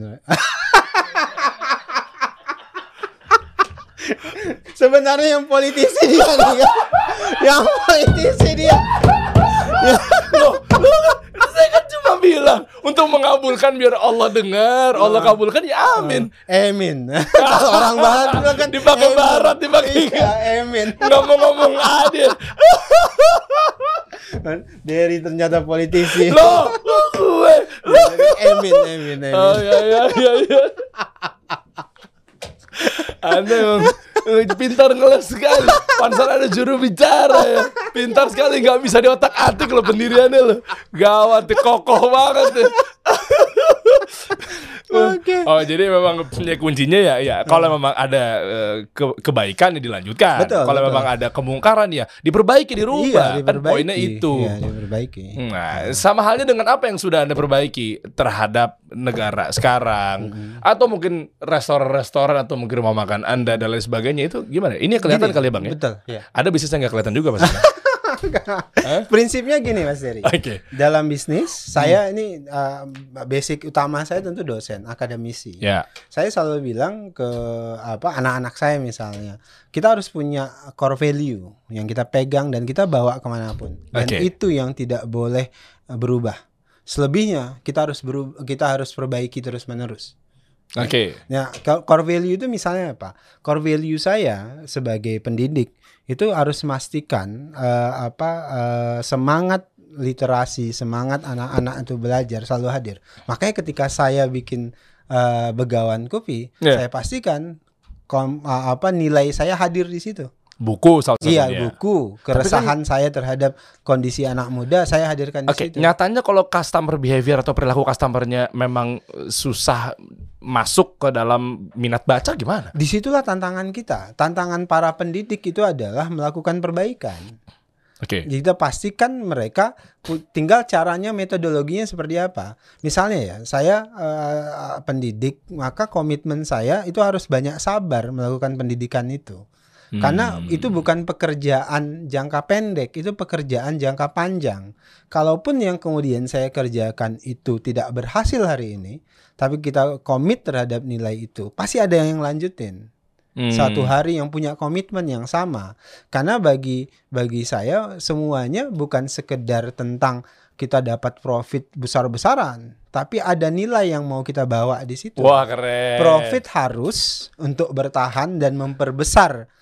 Sebenarnya yang politisi dia nih. Yang politisi dia. Loh, saya kan cuma bilang untuk mengabulkan biar Allah dengar, Allah kabulkan ya amin. Amin. Orang barat bilang kan dipakai barat, dipakai. Amin. Nggak mau ngomong adil. Dery ternyata politisi. Loh, gue. Amin. Oh ya. Anda pintar ngeles sekali. Pansan ada juru bicara ya. Pintar sekali, nggak bisa diotak-atik loh pendiriannya loh. Gawat, kokoh banget ya. Oke. Oh, jadi memang punya kuncinya ya kalau memang ada kebaikan ya dilanjutkan. Betul, Kalau betul. memang ada kemungkaran ya diperbaiki, dirubah. Iya, Kan poinnya itu. Iya, diperbaiki. Nah, sama halnya dengan apa yang sudah Anda perbaiki terhadap negara sekarang, atau mungkin restoran-restoran atau mungkin rumah makan Anda dan lain sebagainya, itu gimana? Ini kelihatan Gini, kali ya Bang ya? Betul. Iya. Ada bisnis yang nggak kelihatan juga Mas? Prinsipnya gini Mas Dery. Oke. Dalam bisnis, saya ini basic utama saya tentu dosen, akademisi. Ya. Saya selalu bilang ke anak-anak saya misalnya, kita harus punya core value yang kita pegang dan kita bawa kemanapun. Dan Oke. itu yang tidak boleh berubah. Selebihnya kita harus perbaiki terus-menerus. Oke. Nah, core value itu misalnya apa? Core value saya sebagai pendidik itu harus memastikan semangat literasi, semangat anak-anak itu belajar selalu hadir. Makanya ketika saya bikin Begawan Kopi, saya pastikan nilai saya hadir di situ. Buku salah satunya. Iya, buku. Keresahan saya terhadap kondisi anak muda saya hadirkan di situ. Nyatanya kalau customer behavior atau perilaku customernya memang susah masuk ke dalam minat baca gimana? Disitulah tantangan kita. Tantangan para pendidik itu adalah melakukan perbaikan. Oke. Kita pastikan mereka tinggal caranya, metodologinya seperti apa. Misalnya ya, saya pendidik, maka komitmen saya itu harus banyak sabar melakukan pendidikan itu. Karena itu bukan pekerjaan jangka pendek, itu pekerjaan jangka panjang. Kalaupun yang kemudian saya kerjakan itu tidak berhasil hari ini, tapi kita komit terhadap nilai itu, pasti ada yang lanjutin. Satu hari yang punya komitmen yang sama. Karena bagi saya semuanya bukan sekedar tentang kita dapat profit besar-besaran, tapi ada nilai yang mau kita bawa di situ. Wah, keren. Profit harus untuk bertahan dan memperbesar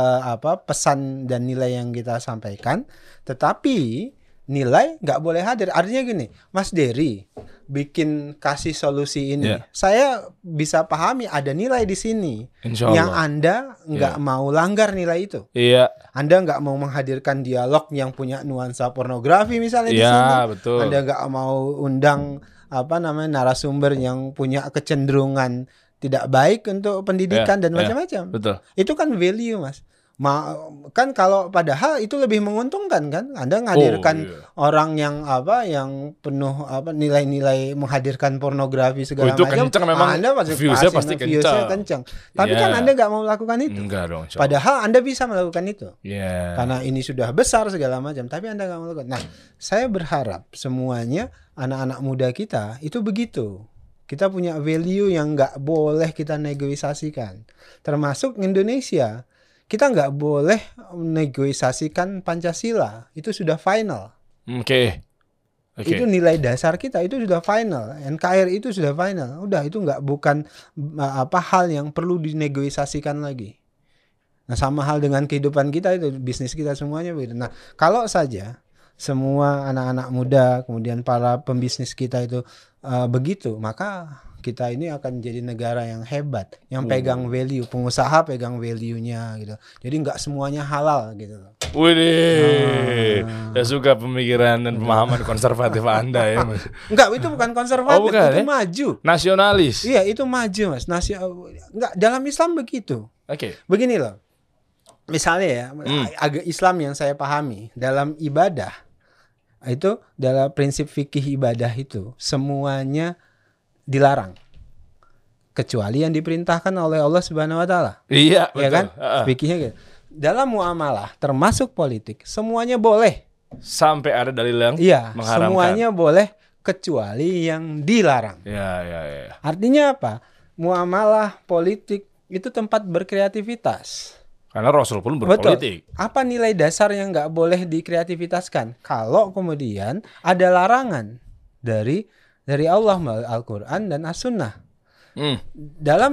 pesan dan nilai yang kita sampaikan, tetapi nilai nggak boleh hadir. Artinya gini, Mas Dery kasih solusi ini, saya bisa pahami ada nilai di sini yang Anda nggak mau langgar nilai itu. Iya. Anda nggak mau menghadirkan dialog yang punya nuansa pornografi misalnya di sini. Betul. Anda nggak mau undang narasumber yang punya kecenderungan tidak baik untuk pendidikan dan macam-macam. Betul. Itu kan value, Mas. Kan kalau padahal itu lebih menguntungkan kan. Anda menghadirkan orang yang penuh nilai-nilai menghadirkan pornografi segala itu macam. Kenceng memang. Anda Views-nya pasti kenceng. Tapi kan Anda nggak mau melakukan itu. Enggak dong. Padahal Anda bisa melakukan itu. Karena ini sudah besar segala macam, tapi Anda nggak melakukan. Nah, saya berharap semuanya anak-anak muda kita itu begitu. Kita punya value yang nggak boleh kita negosiasikan. Termasuk Indonesia. Kita nggak boleh negosiasikan Pancasila. Itu sudah final. Oke. Itu nilai dasar kita. Itu sudah final. NKRI itu sudah final. Udah, itu bukan hal yang perlu dinegosiasikan lagi. Nah, sama hal dengan kehidupan kita itu, bisnis kita semuanya begitu. Nah, kalau saja semua anak-anak muda, kemudian para pembisnis kita itu begitu, maka kita ini akan jadi negara yang hebat, yang pegang value, pengusaha pegang value-nya gitu. Jadi nggak semuanya halal gitu. Widih, saya suka pemikiran dan pemahaman konservatif Anda ya, Mas. Enggak, itu bukan konservatif, bukan, itu maju. Nasionalis. Iya, itu maju, Mas. Enggak, dalam Islam begitu. Oke. Begini loh. Misalnya ya, agak Islam yang saya pahami, dalam ibadah itu, dalam prinsip fikih ibadah itu semuanya dilarang kecuali yang diperintahkan oleh Allah Subhanahu wa taala. Iya, betul. Ya kan? Fikihnya gitu. Dalam muamalah termasuk politik semuanya boleh sampai ada dalil yang mengharamkan. Semuanya boleh kecuali yang dilarang. Ya. Artinya apa? Muamalah politik itu tempat berkreativitas. Karena Rasul pun berpolitik. Betul. Apa nilai dasar yang nggak boleh dikreativitaskan? Kalau kemudian ada larangan dari Allah melalui Al-Quran dan As-Sunnah. Dalam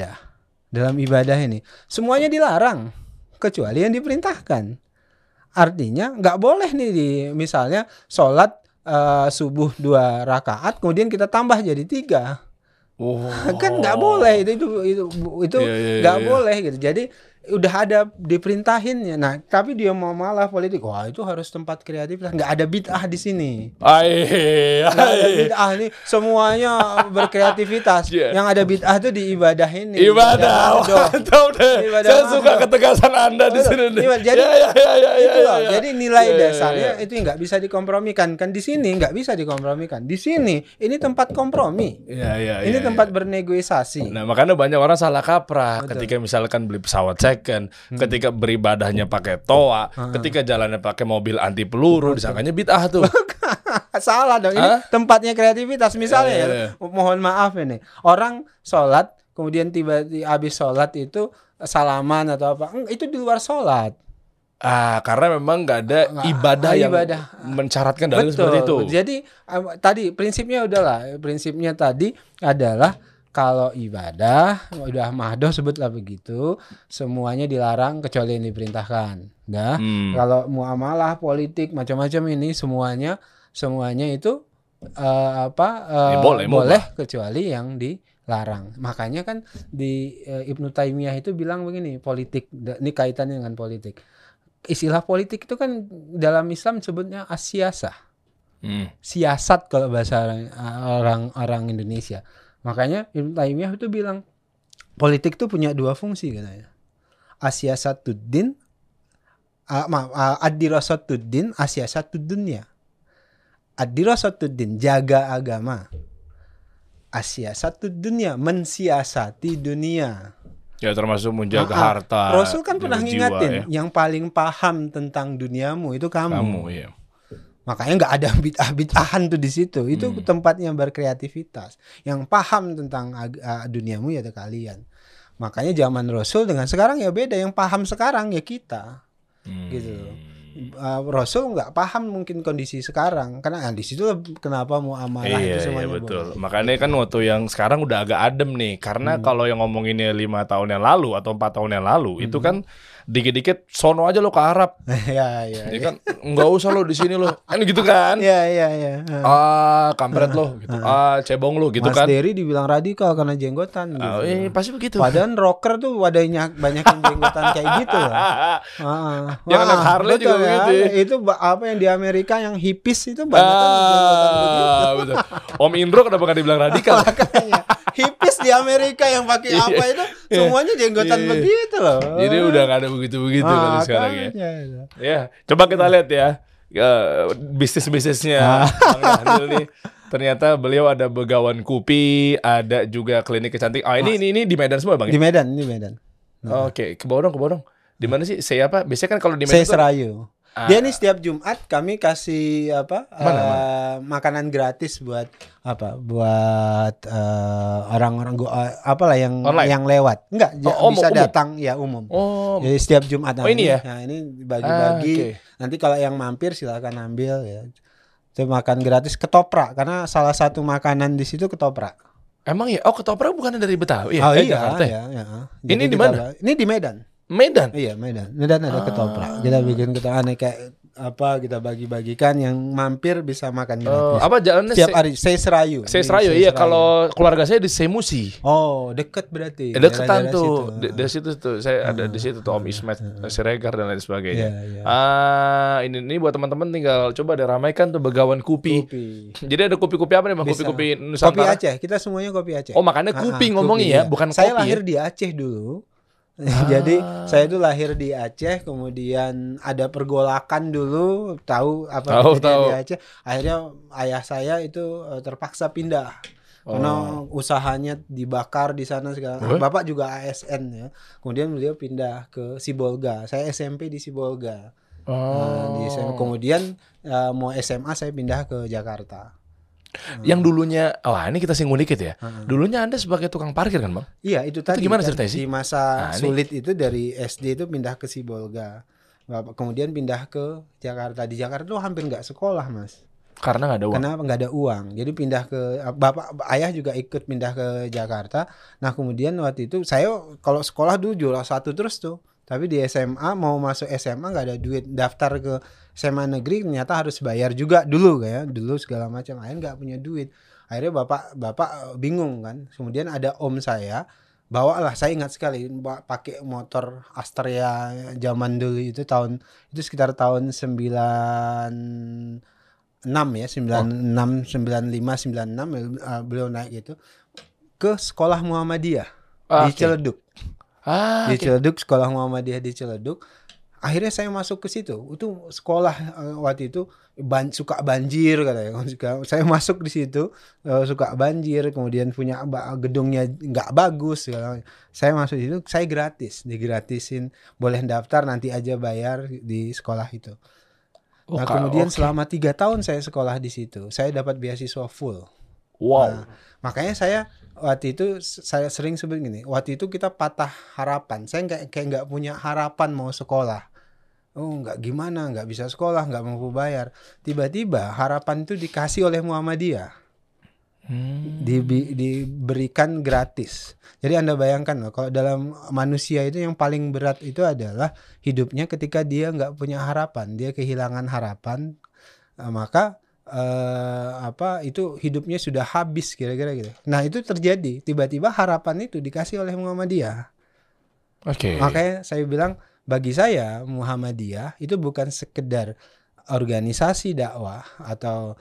ibadah ini semuanya dilarang kecuali yang diperintahkan. Artinya nggak boleh nih misalnya sholat subuh 2 rakaat kemudian kita tambah jadi 3. Kan nggak boleh itu nggak boleh gitu. Jadi udah ada diperintahinnya. Nah, tapi dia mau malah politik. Wah, itu harus tempat kreativitas. Nggak ada bid'ah di sini. Nggak ada bid'ah nih. Semuanya berkreativitas. Yang ada bid'ah tuh di ibadah ini. Ibadah. Mantap deh. Saya suka ketegasan Anda di sini. Jadi itu loh. Jadi nilai dasarnya itu nggak bisa dikompromikan. Kan di sini nggak bisa dikompromikan. Di sini ini tempat kompromi. Ini tempat bernegosiasi. Nah, makanya banyak orang salah kaprah ketika misalkan beli pesawat second, ketika beribadahnya pakai toa, ketika jalannya pakai mobil anti peluru, disangkanya bid'ah tuh. Salah dong. Ini tempatnya kreativitas. Misalnya mohon maaf ini, orang sholat kemudian tiba-tiba habis sholat itu salaman atau apa, itu di luar sholat. Karena memang nggak ada ibadah yang mensyaratkan dalil seperti itu. Jadi tadi prinsipnya tadi adalah kalau ibadah udah mahdoh sebutlah begitu, semuanya dilarang kecuali yang diperintahkan. Kalau muamalah politik macam-macam ini semuanya itu boleh kecuali yang dilarang. Makanya kan di Ibnu Taimiyah itu bilang begini, politik ini kaitannya dengan politik. Istilah politik itu kan dalam Islam sebutnya as-siyasah. Siasat kalau bahasa orang Indonesia. Makanya Ibnu Taimiyah itu bilang politik itu punya dua fungsi katanya. As-siyasatuddin, ad-dirasatuddin, as-siyasatudddunya. Ad-dirasatuddin jaga agama. As-siyasatuddunya mensiasati dunia. Ya termasuk menjaga harta. Rasul kan pernah ngingetin yang paling paham tentang duniamu itu kamu. Iya. Makanya nggak ada bid'ah-bid'ahan tuh di situ. Itu tempatnya berkreativitas. Yang paham tentang duniamu ya kalian. Makanya zaman Rasul dengan sekarang ya beda. Yang paham sekarang ya kita. Gitu. Rasul nggak paham mungkin kondisi sekarang, karena di situ kenapa muamalah itu semuanya betul. boleh. Makanya kan waktu yang sekarang udah agak adem nih, karena kalau yang ngomonginnya 5 tahun yang lalu atau 4 tahun yang lalu itu kan dikit-dikit sono aja lo ke Arab. Iya. Kan nggak usah lo di sini lo. Kan gitu kan? Iya. Kampret lo gitu. Cebong lo gitu Mas kan. Mas Dery dibilang radikal karena jenggotan gitu. Pasti begitu. Padahal rocker tuh wadahnya banyak yang jenggotan kayak gitu loh. Yang anak Harley juga begitu. Itu apa yang di Amerika yang hippies itu banyak kan jenggotan begitu. Betul. Om Indro kenapa kan dibilang radikal? Makanya hippies di Amerika yang pakai apa itu semuanya jenggotan begitu loh. Jadi udah gak ada begitu-begitu kalau sekarang ya. Ya, coba kita lihat ya bisnis-bisnisnya Bang Dhanil nih. Ternyata beliau ada begawan kupi, ada juga klinik kecantikan. Ini di Medan semua Bang ya? Di Medan, ini Medan. Oke, ke bawah dong. Di mana sih? Saya apa? Biasanya kan kalau di Medan Saya Serayu. Dia nih setiap Jumat kami kasih makanan gratis buat orang-orang apalah yang online? Yang lewat. Enggak, bisa umum. Datang ya umum. Jadi setiap Jumat ini ya. Nah, ini bagi-bagi. Nanti kalau yang mampir silakan ambil ya. Itu makan gratis ketoprak karena salah satu makanan di situ ketoprak. Emang ya? Oh, ketoprak bukannya dari Betawi ya? Jakarta ya. Ini di mana? Ini di Medan. Medan? Iya Medan. Medan ada ketoprak. Kita bikin ketoprak kayak kita bagi-bagikan yang mampir bisa makan gratis. Apa jalannya? Setiap hari. Saya Serayu. Iya. Kalau keluarga saya di Semusi. Oh, deket berarti. Deketan tuh. Dari situ tuh. Saya ada di situ tuh Om Ismet, Siregar dan lain sebagainya. Ini buat teman-teman tinggal coba deh ramaikan tuh begawan kupi. Jadi ada kopi-kopi apa nih Bang? Kopi-kopi Nusantara. Kopi Aceh. Kita semuanya kopi Aceh. Oh, makanya kupi ngomongnya ya, bukan kopi. Saya lahir di Aceh dulu. Jadi saya itu lahir di Aceh, kemudian ada pergolakan dulu, tahu di Aceh. Akhirnya ayah saya itu terpaksa pindah karena usahanya dibakar di sana segala. Bapak juga ASN ya. Kemudian beliau pindah ke Sibolga. Saya SMP di Sibolga. Kemudian mau SMA saya pindah ke Jakarta. Yang dulunya, ini kita singgung dikit ya. Dulunya Anda sebagai tukang parkir kan Bang? Iya itu tadi. Itu gimana kan, ceritanya sih? Di masa sulit itu dari SD itu pindah ke Sibolga. Kemudian pindah ke Jakarta. Di Jakarta tuh hampir nggak sekolah Mas. Karena nggak ada uang. Karena nggak ada uang. Jadi pindah ke ayah juga ikut pindah ke Jakarta. Nah kemudian waktu itu saya kalau sekolah dulu juara 1 terus tuh. Tapi di SMA mau masuk SMA nggak ada duit, daftar ke SMA negeri ternyata harus bayar juga dulu segala macam. Akhirnya nggak punya duit. Akhirnya bapak bingung kan. Kemudian ada om saya bawalah, saya ingat sekali pakai motor Astrea zaman dulu itu sekitar tahun 96 ya, 96, 95, 96 beliau naik itu ke sekolah Muhammadiyah di Ciledug. Di Ciledug, sekolah Muhammadiyah di Ciledug. Akhirnya saya masuk ke situ. Itu sekolah waktu itu suka banjir katanya. Saya masuk di situ, suka banjir, kemudian punya gedungnya nggak bagus. Saya masuk di situ, saya digratisin, boleh daftar nanti aja bayar di sekolah itu. Nah, kemudian selama 3 tahun saya sekolah di situ, saya dapat beasiswa full. Wow. Nah, makanya waktu itu saya sering sebut gini, waktu itu kita patah harapan. Saya kayak nggak punya harapan mau sekolah. Nggak gimana, nggak bisa sekolah, nggak mampu bayar. Tiba-tiba harapan itu dikasih oleh Muhammadiyah. Diberikan gratis. Jadi Anda bayangkan loh, kalau dalam manusia itu yang paling berat itu adalah hidupnya ketika dia nggak punya harapan, dia kehilangan harapan, maka itu hidupnya sudah habis kira-kira gitu. Nah itu terjadi, tiba-tiba harapan itu dikasih oleh Muhammadiyah. Makanya saya bilang, bagi saya Muhammadiyah itu bukan sekedar organisasi dakwah atau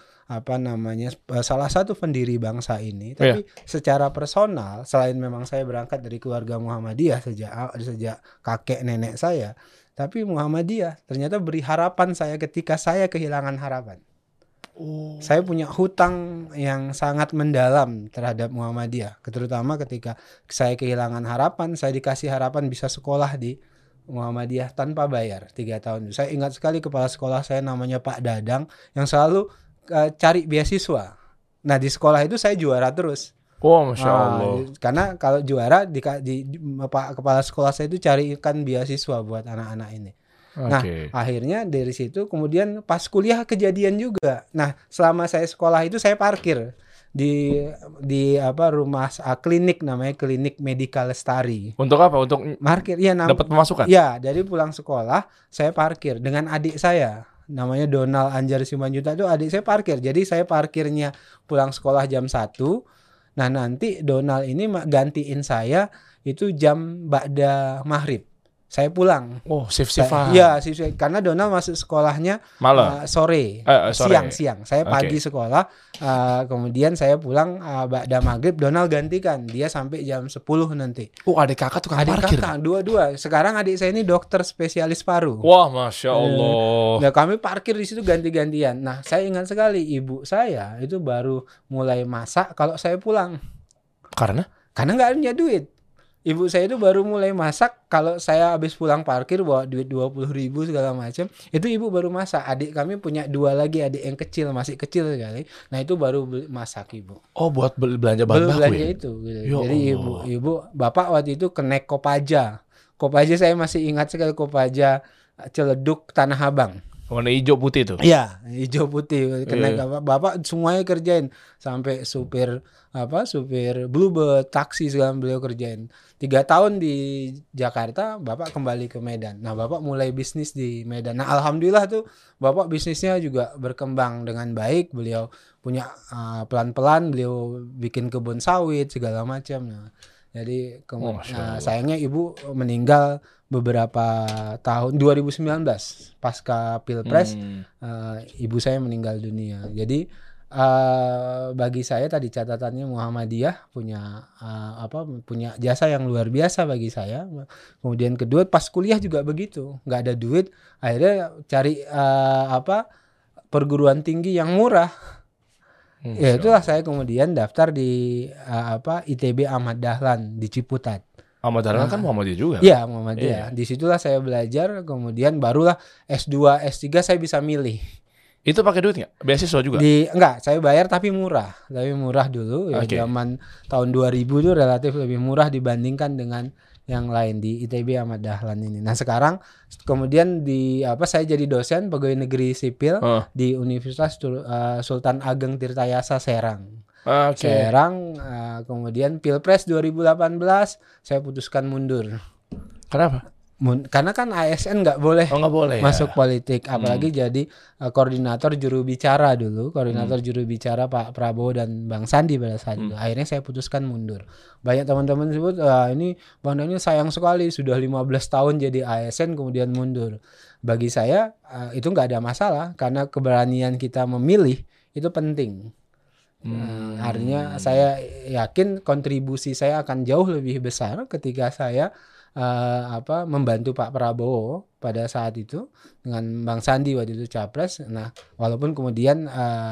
salah satu pendiri bangsa ini, tapi secara personal, selain memang saya berangkat dari keluarga Muhammadiyah sejak kakek nenek saya, tapi Muhammadiyah ternyata beri harapan saya ketika saya kehilangan harapan. Saya punya hutang yang sangat mendalam terhadap Muhammadiyah, terutama ketika saya kehilangan harapan, saya dikasih harapan bisa sekolah di Muhammadiyah tanpa bayar 3 tahun. Saya ingat sekali kepala sekolah saya namanya Pak Dadang yang selalu cari beasiswa. Nah di sekolah itu saya juara terus. Masya Allah. Karena kalau juara Pak kepala sekolah saya itu carikan beasiswa buat anak-anak ini. Nah akhirnya dari situ kemudian pas kuliah kejadian juga. Nah selama saya sekolah itu saya parkir di rumah klinik, namanya Klinik Medika Lestari. Untuk apa? Untuk parkir. Iya, dapat pemasukan. Iya, dari pulang sekolah saya parkir dengan adik saya. Namanya Donald Anjar Simanjuta, itu adik saya parkir. Jadi saya parkirnya pulang sekolah jam 1. Nah, nanti Donald ini gantiin saya itu jam ba'da maghrib. Saya pulang. Shift-shiftan. Iya, karena Donald masuk sekolahnya sore. Siang. Saya pagi sekolah, kemudian saya pulang ba'da maghrib, Donald gantikan. Dia sampai jam 10 nanti. Adik kakak tukang parkir. Adik kakak, dua-dua. Sekarang adik saya ini dokter spesialis paru. Wah, Masya Allah. Nah, kami parkir di situ ganti-gantian. Nah, saya ingat sekali ibu saya itu baru mulai masak kalau saya pulang. Karena nggak punya duit. Ibu saya itu baru mulai masak kalau saya habis pulang parkir bawa duit 20.000 segala macam. Itu ibu baru masak. Adik kami punya 2 lagi, adik yang kecil, masih kecil sekali. Nah itu baru masak ibu. Buat belanja bahan baku belanja itu gitu. Jadi ibu bapak waktu itu kenek Kopaja. Kopaja saya masih ingat sekali, Kopaja Ciledug Tanah Abang. Warna hijau putih itu. Iya, hijau putih. Bapak semuanya kerjain, sampai supir Bluebird, taksi segala beliau kerjain. 3 tahun di Jakarta, Bapak kembali ke Medan. Nah, Bapak mulai bisnis di Medan. Nah, alhamdulillah tuh Bapak bisnisnya juga berkembang dengan baik. Beliau punya pelan-pelan beliau bikin kebun sawit segala macam. Nah, jadi sayangnya ibu meninggal beberapa tahun 2019 pasca Pilpres. Ibu saya meninggal dunia. Jadi bagi saya tadi catatannya Muhammadiyah punya jasa yang luar biasa bagi saya. Kemudian kedua pas kuliah juga begitu, nggak ada duit, akhirnya cari perguruan tinggi yang murah. Ya itulah saya kemudian daftar di ITB Ahmad Dahlan di Ciputat. Ahmad Dahlan kan Muhammadiyah juga. Iya, Muhammadiyah. Di situlah saya belajar, kemudian barulah S2, S3 saya bisa milih. Itu pakai duit nggak? Beasiswa juga? Enggak, saya bayar tapi murah. Tapi murah dulu ya. Zaman tahun 2000 itu relatif lebih murah dibandingkan dengan yang lain di ITB Ahmad Dahlan ini. Nah, sekarang kemudian saya jadi dosen pegawai negeri sipil di Universitas Sultan Ageng Tirtayasa Serang. Serang, kemudian Pilpres 2018 saya putuskan mundur. Kenapa? Karena kan ASN nggak boleh nggak boleh masuk politik, apalagi jadi koordinator juru bicara dulu, juru bicara Pak Prabowo dan Bang Sandi pada saat itu. Akhirnya saya putuskan mundur. Banyak teman-teman sebut ini Bang Daniel sayang sekali sudah 15 tahun jadi ASN kemudian mundur. Bagi saya itu nggak ada masalah karena keberanian kita memilih itu penting. Artinya saya yakin kontribusi saya akan jauh lebih besar ketika saya membantu Pak Prabowo pada saat itu dengan Bang Sandi waktu itu capres. Nah, walaupun kemudian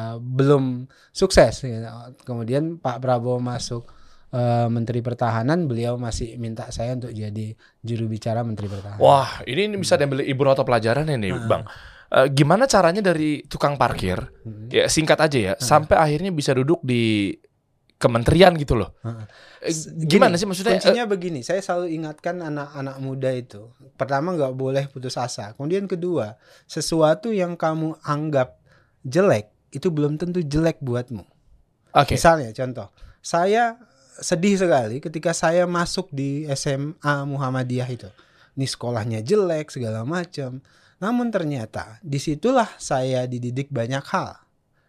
belum sukses, kemudian Pak Prabowo masuk Menteri Pertahanan, beliau masih minta saya untuk jadi juru bicara Menteri Pertahanan. Wah, ini bisa diambil ibu atau pelajaran ini, Bang. Gimana caranya dari tukang parkir, ya singkat aja ya, sampai akhirnya bisa duduk di kementerian gitu loh. Gimana sih maksudnya? Kuncinya begini, saya selalu ingatkan anak-anak muda itu. Pertama nggak boleh putus asa. Kemudian kedua, sesuatu yang kamu anggap jelek itu belum tentu jelek buatmu. Misalnya contoh, saya sedih sekali ketika saya masuk di SMA Muhammadiyah itu. Ini sekolahnya jelek segala macam. Namun ternyata disitulah saya dididik banyak hal.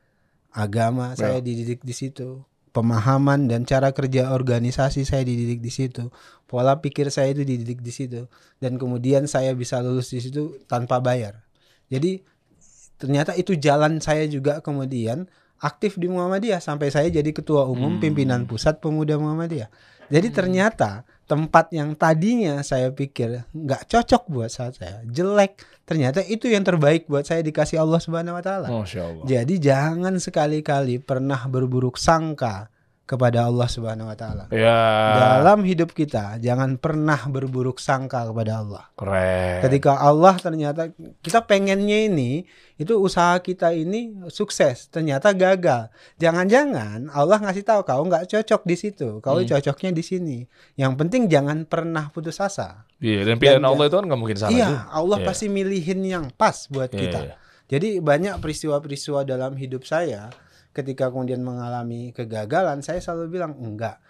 Agama saya dididik di situ. Pemahaman dan cara kerja organisasi saya dididik di situ. Pola pikir saya itu dididik di situ. Dan kemudian saya bisa lulus di situ tanpa bayar. Jadi ternyata itu jalan saya juga kemudian aktif di Muhammadiyah sampai saya jadi ketua umum pimpinan pusat pemuda Muhammadiyah. Jadi ternyata tempat yang tadinya saya pikir nggak cocok buat saya, jelek, ternyata itu yang terbaik buat saya dikasih Allah Subhanahu Wa Taala. Jadi jangan sekali-kali pernah berburuk sangka kepada Allah Subhanahu Wa Taala. Dalam hidup kita jangan pernah berburuk sangka kepada Allah. Keren. Ketika Allah ternyata kita pengennya ini, itu usaha kita ini sukses, ternyata gagal. Jangan-jangan Allah ngasih tahu kau nggak cocok di situ, kau cocoknya di sini. Yang penting jangan pernah putus asa. Iya, dan pilihan Allah itu kan nggak mungkin salah. Iya, Allah pasti milihin yang pas buat kita. Jadi banyak peristiwa-peristiwa dalam hidup saya. Ketika kemudian mengalami kegagalan, saya selalu bilang, enggak,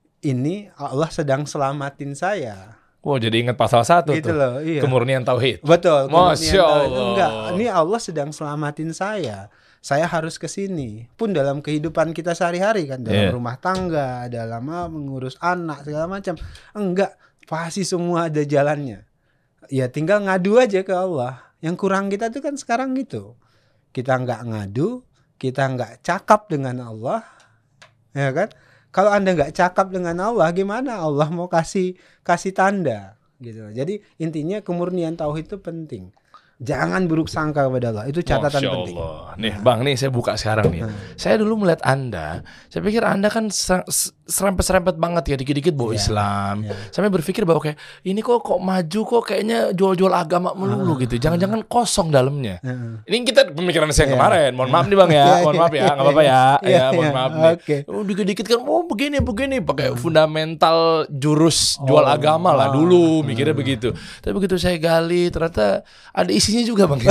ini Allah sedang selamatin saya. Wow, jadi ingat pasal 1 gitu tuh. Loh, iya. Kemurnian tauhid. Betul. Masya Allah. Enggak, ini Allah sedang selamatin saya. Saya harus ke sini. Pun dalam kehidupan kita sehari-hari kan, dalam rumah tangga, dalam mengurus anak segala macam. Enggak, pasti semua ada jalannya. Ya tinggal ngadu aja ke Allah. Yang kurang kita tuh kan sekarang gitu. Kita enggak ngadu, kita nggak cakap dengan Allah, ya kan? Kalau Anda nggak cakap dengan Allah, gimana Allah mau kasih tanda, gitu. Jadi intinya kemurnian tauhid itu penting. Jangan buruk sangka kepada Allah. Itu catatan penting. Nih Bang, nih saya buka sekarang nih. Saya dulu melihat Anda, saya pikir Anda kan serempet-serempet banget ya, dikit-dikit bawa Islam. Sampai berpikir bahwa kayak ini kok maju kok kayaknya jual-jual agama melulu gitu. Jangan-jangan kosong dalamnya. Ini kita pemikiran saya kemarin. Mohon maaf nih Bang ya. Mohon maaf ya, enggak apa-apa ya. Mohon maaf nih. Dikit-dikit kan begini pakai fundamental jurus jual agama lah dulu, mikirnya begitu. Tapi begitu saya gali ternyata ada isinya juga Bang.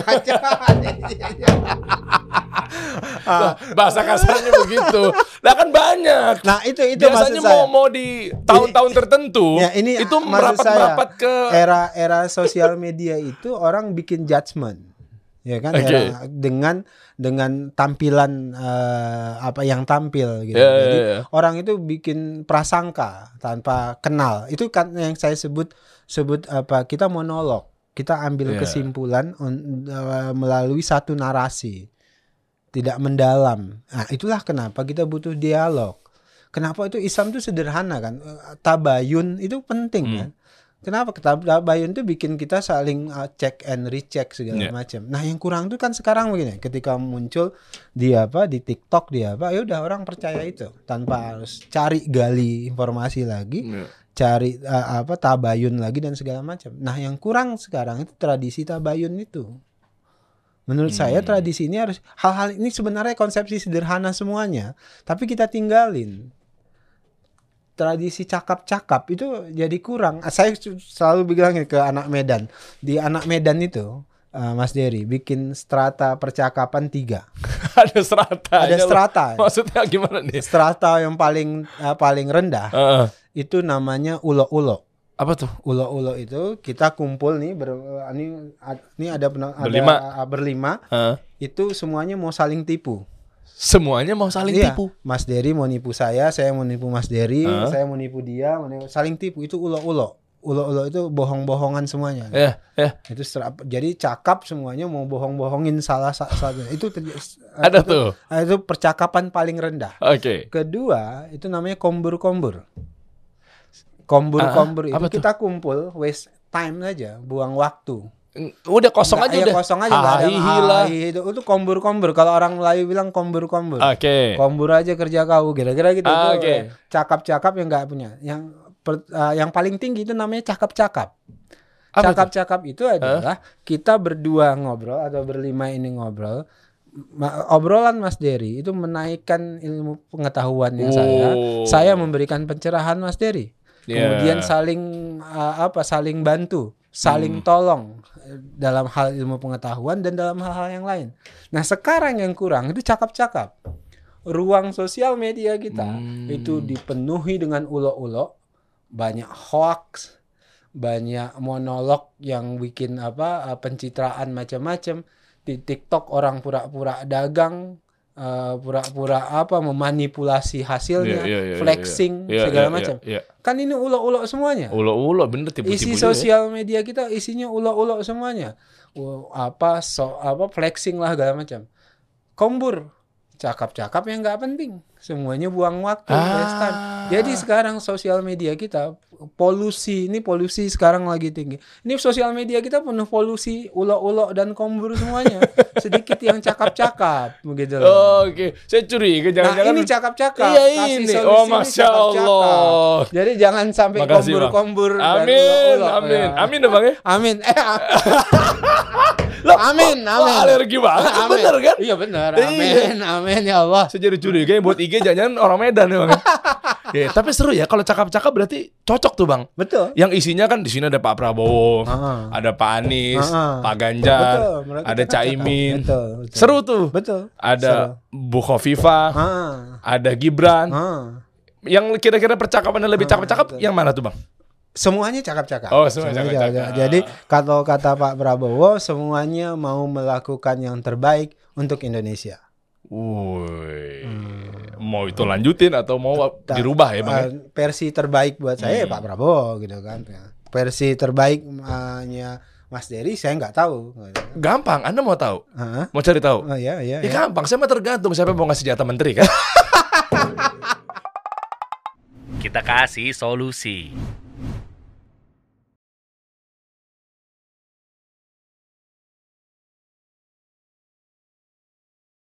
Bahasa kasarnya begitu. Nah kan banyak. Nah itu biasanya mau di tahun-tahun tertentu ya, ini itu merapat ke era sosial media itu orang bikin judgement, ya kan? Dengan tampilan apa yang tampil gitu. Jadi orang itu bikin prasangka tanpa kenal. Itu kan yang saya sebut apa, kita monolog. Kita ambil kesimpulan melalui satu narasi. Tidak mendalam. Nah, itulah kenapa kita butuh dialog. Kenapa itu Islam itu sederhana kan? Tabayun itu penting kan? Kenapa tabayun itu bikin kita saling check and recheck segala macam. Nah, yang kurang itu kan sekarang begini, ketika muncul di TikTok ya udah orang percaya itu tanpa harus cari gali informasi lagi. Cari tabayun lagi dan segala macam. Nah, yang kurang sekarang itu tradisi tabayun itu. Menurut saya tradisi ini harus, hal-hal ini sebenarnya konsepsi sederhana semuanya, tapi kita tinggalin. Tradisi cakap-cakap itu jadi kurang. Saya selalu bilang ke anak Medan. Di anak Medan itu Mas Dery bikin strata percakapan 3. Ada strata. Maksudnya gimana nih? Strata yang paling rendah itu namanya ulo-ulo. Apa tuh? Ulo-ulo itu kita kumpul nih ini ada berlima. Itu semuanya mau saling tipu. Semuanya mau saling tipu. Mas Dery mau nipu saya mau nipu Mas Dery, saya mau nipu dia, saling tipu. Itu ulo-ulo. Ulo-ulo itu bohong-bohongan semuanya. Itu jadi cakap semuanya mau bohong-bohongin salah satu. Itu ada tuh. Itu percakapan paling rendah. Oke. Kedua, itu namanya kombur-kombur. Kombur-kombur itu kita kumpul waste time aja, buang waktu. Udah kosong aja udah. Kosong aja enggak ada. Itu kombur-kombur. Kalau orang Melayu bilang kombur-kombur. Oke. Kombur aja kerja kau, kira-kira gitu. Oke. Cakap-cakap yang enggak punya. Yang paling tinggi itu namanya cakap-cakap. Cakap-cakap itu adalah kita berdua ngobrol atau berlima ini ngobrol. Obrolan Mas Dery itu menaikkan ilmu pengetahuannya saya memberikan pencerahan Mas Dery. Kemudian saling bantu, saling tolong dalam hal ilmu pengetahuan dan dalam hal-hal yang lain. Nah, sekarang yang kurang itu cakap-cakap. Ruang sosial media kita itu dipenuhi dengan ulo-ulo, banyak hoax, banyak monolog yang bikin pencitraan macam-macam. Di TikTok orang pura-pura dagang, pura-pura memanipulasi hasilnya, flexing segala macam. Kan ini ulo-ulo semuanya. Ulo-ulo bener tipu-tipu. Isi sosial media kita isinya ulo-ulo semuanya. Flexing lah segala macam. Kombur, cakap-cakap yang nggak penting, semuanya buang waktu, waste time. Jadi sekarang sosial media kita polusi sekarang lagi tinggi. Ini sosial media kita penuh polusi, ulo-ulo dan kombur semuanya. Sedikit yang cakap-cakap begitu. Oke, saya curiga jangan-jangan ini cakap-cakap. Iya ini. Masya Allah. Jadi jangan sampai kombur-kombur dan amin, ulo-ulo. amin, amin dong Bang ya. Amin. Amin. Wah, alergi banget. Bener kan? Iya bener. Amin ya Allah. Saya jadi curiga yang buat IG jangan orang Medan ya Bang. Ya, tapi seru ya kalau cakap-cakap berarti cocok tuh Bang. Betul. Yang isinya kan di sini ada Pak Prabowo, ada Pak Anies, Pak Ganjar, ada Caimin. Betul. Seru tuh. Betul. Ada Bu Khofifah, ada Gibran. Yang kira-kira percakapannya lebih cakap-cakap yang mana tuh Bang? Semuanya cakap-cakap. Oh, semuanya cakap-cakap. Jadi kalau kata Pak Prabowo, semuanya mau melakukan yang terbaik untuk Indonesia. Mau itu lanjutin atau mau dirubah ya Bang? Versi terbaik buat saya Pak Prabowo gitu kan. Versi terbaiknya Mas Dery saya nggak tahu. Gampang, Anda mau tahu? Mau cari tahu? Iya. Ya gampang, saya mah tergantung siapa mau ngasih jatah menteri kan. Kita kasih solusi.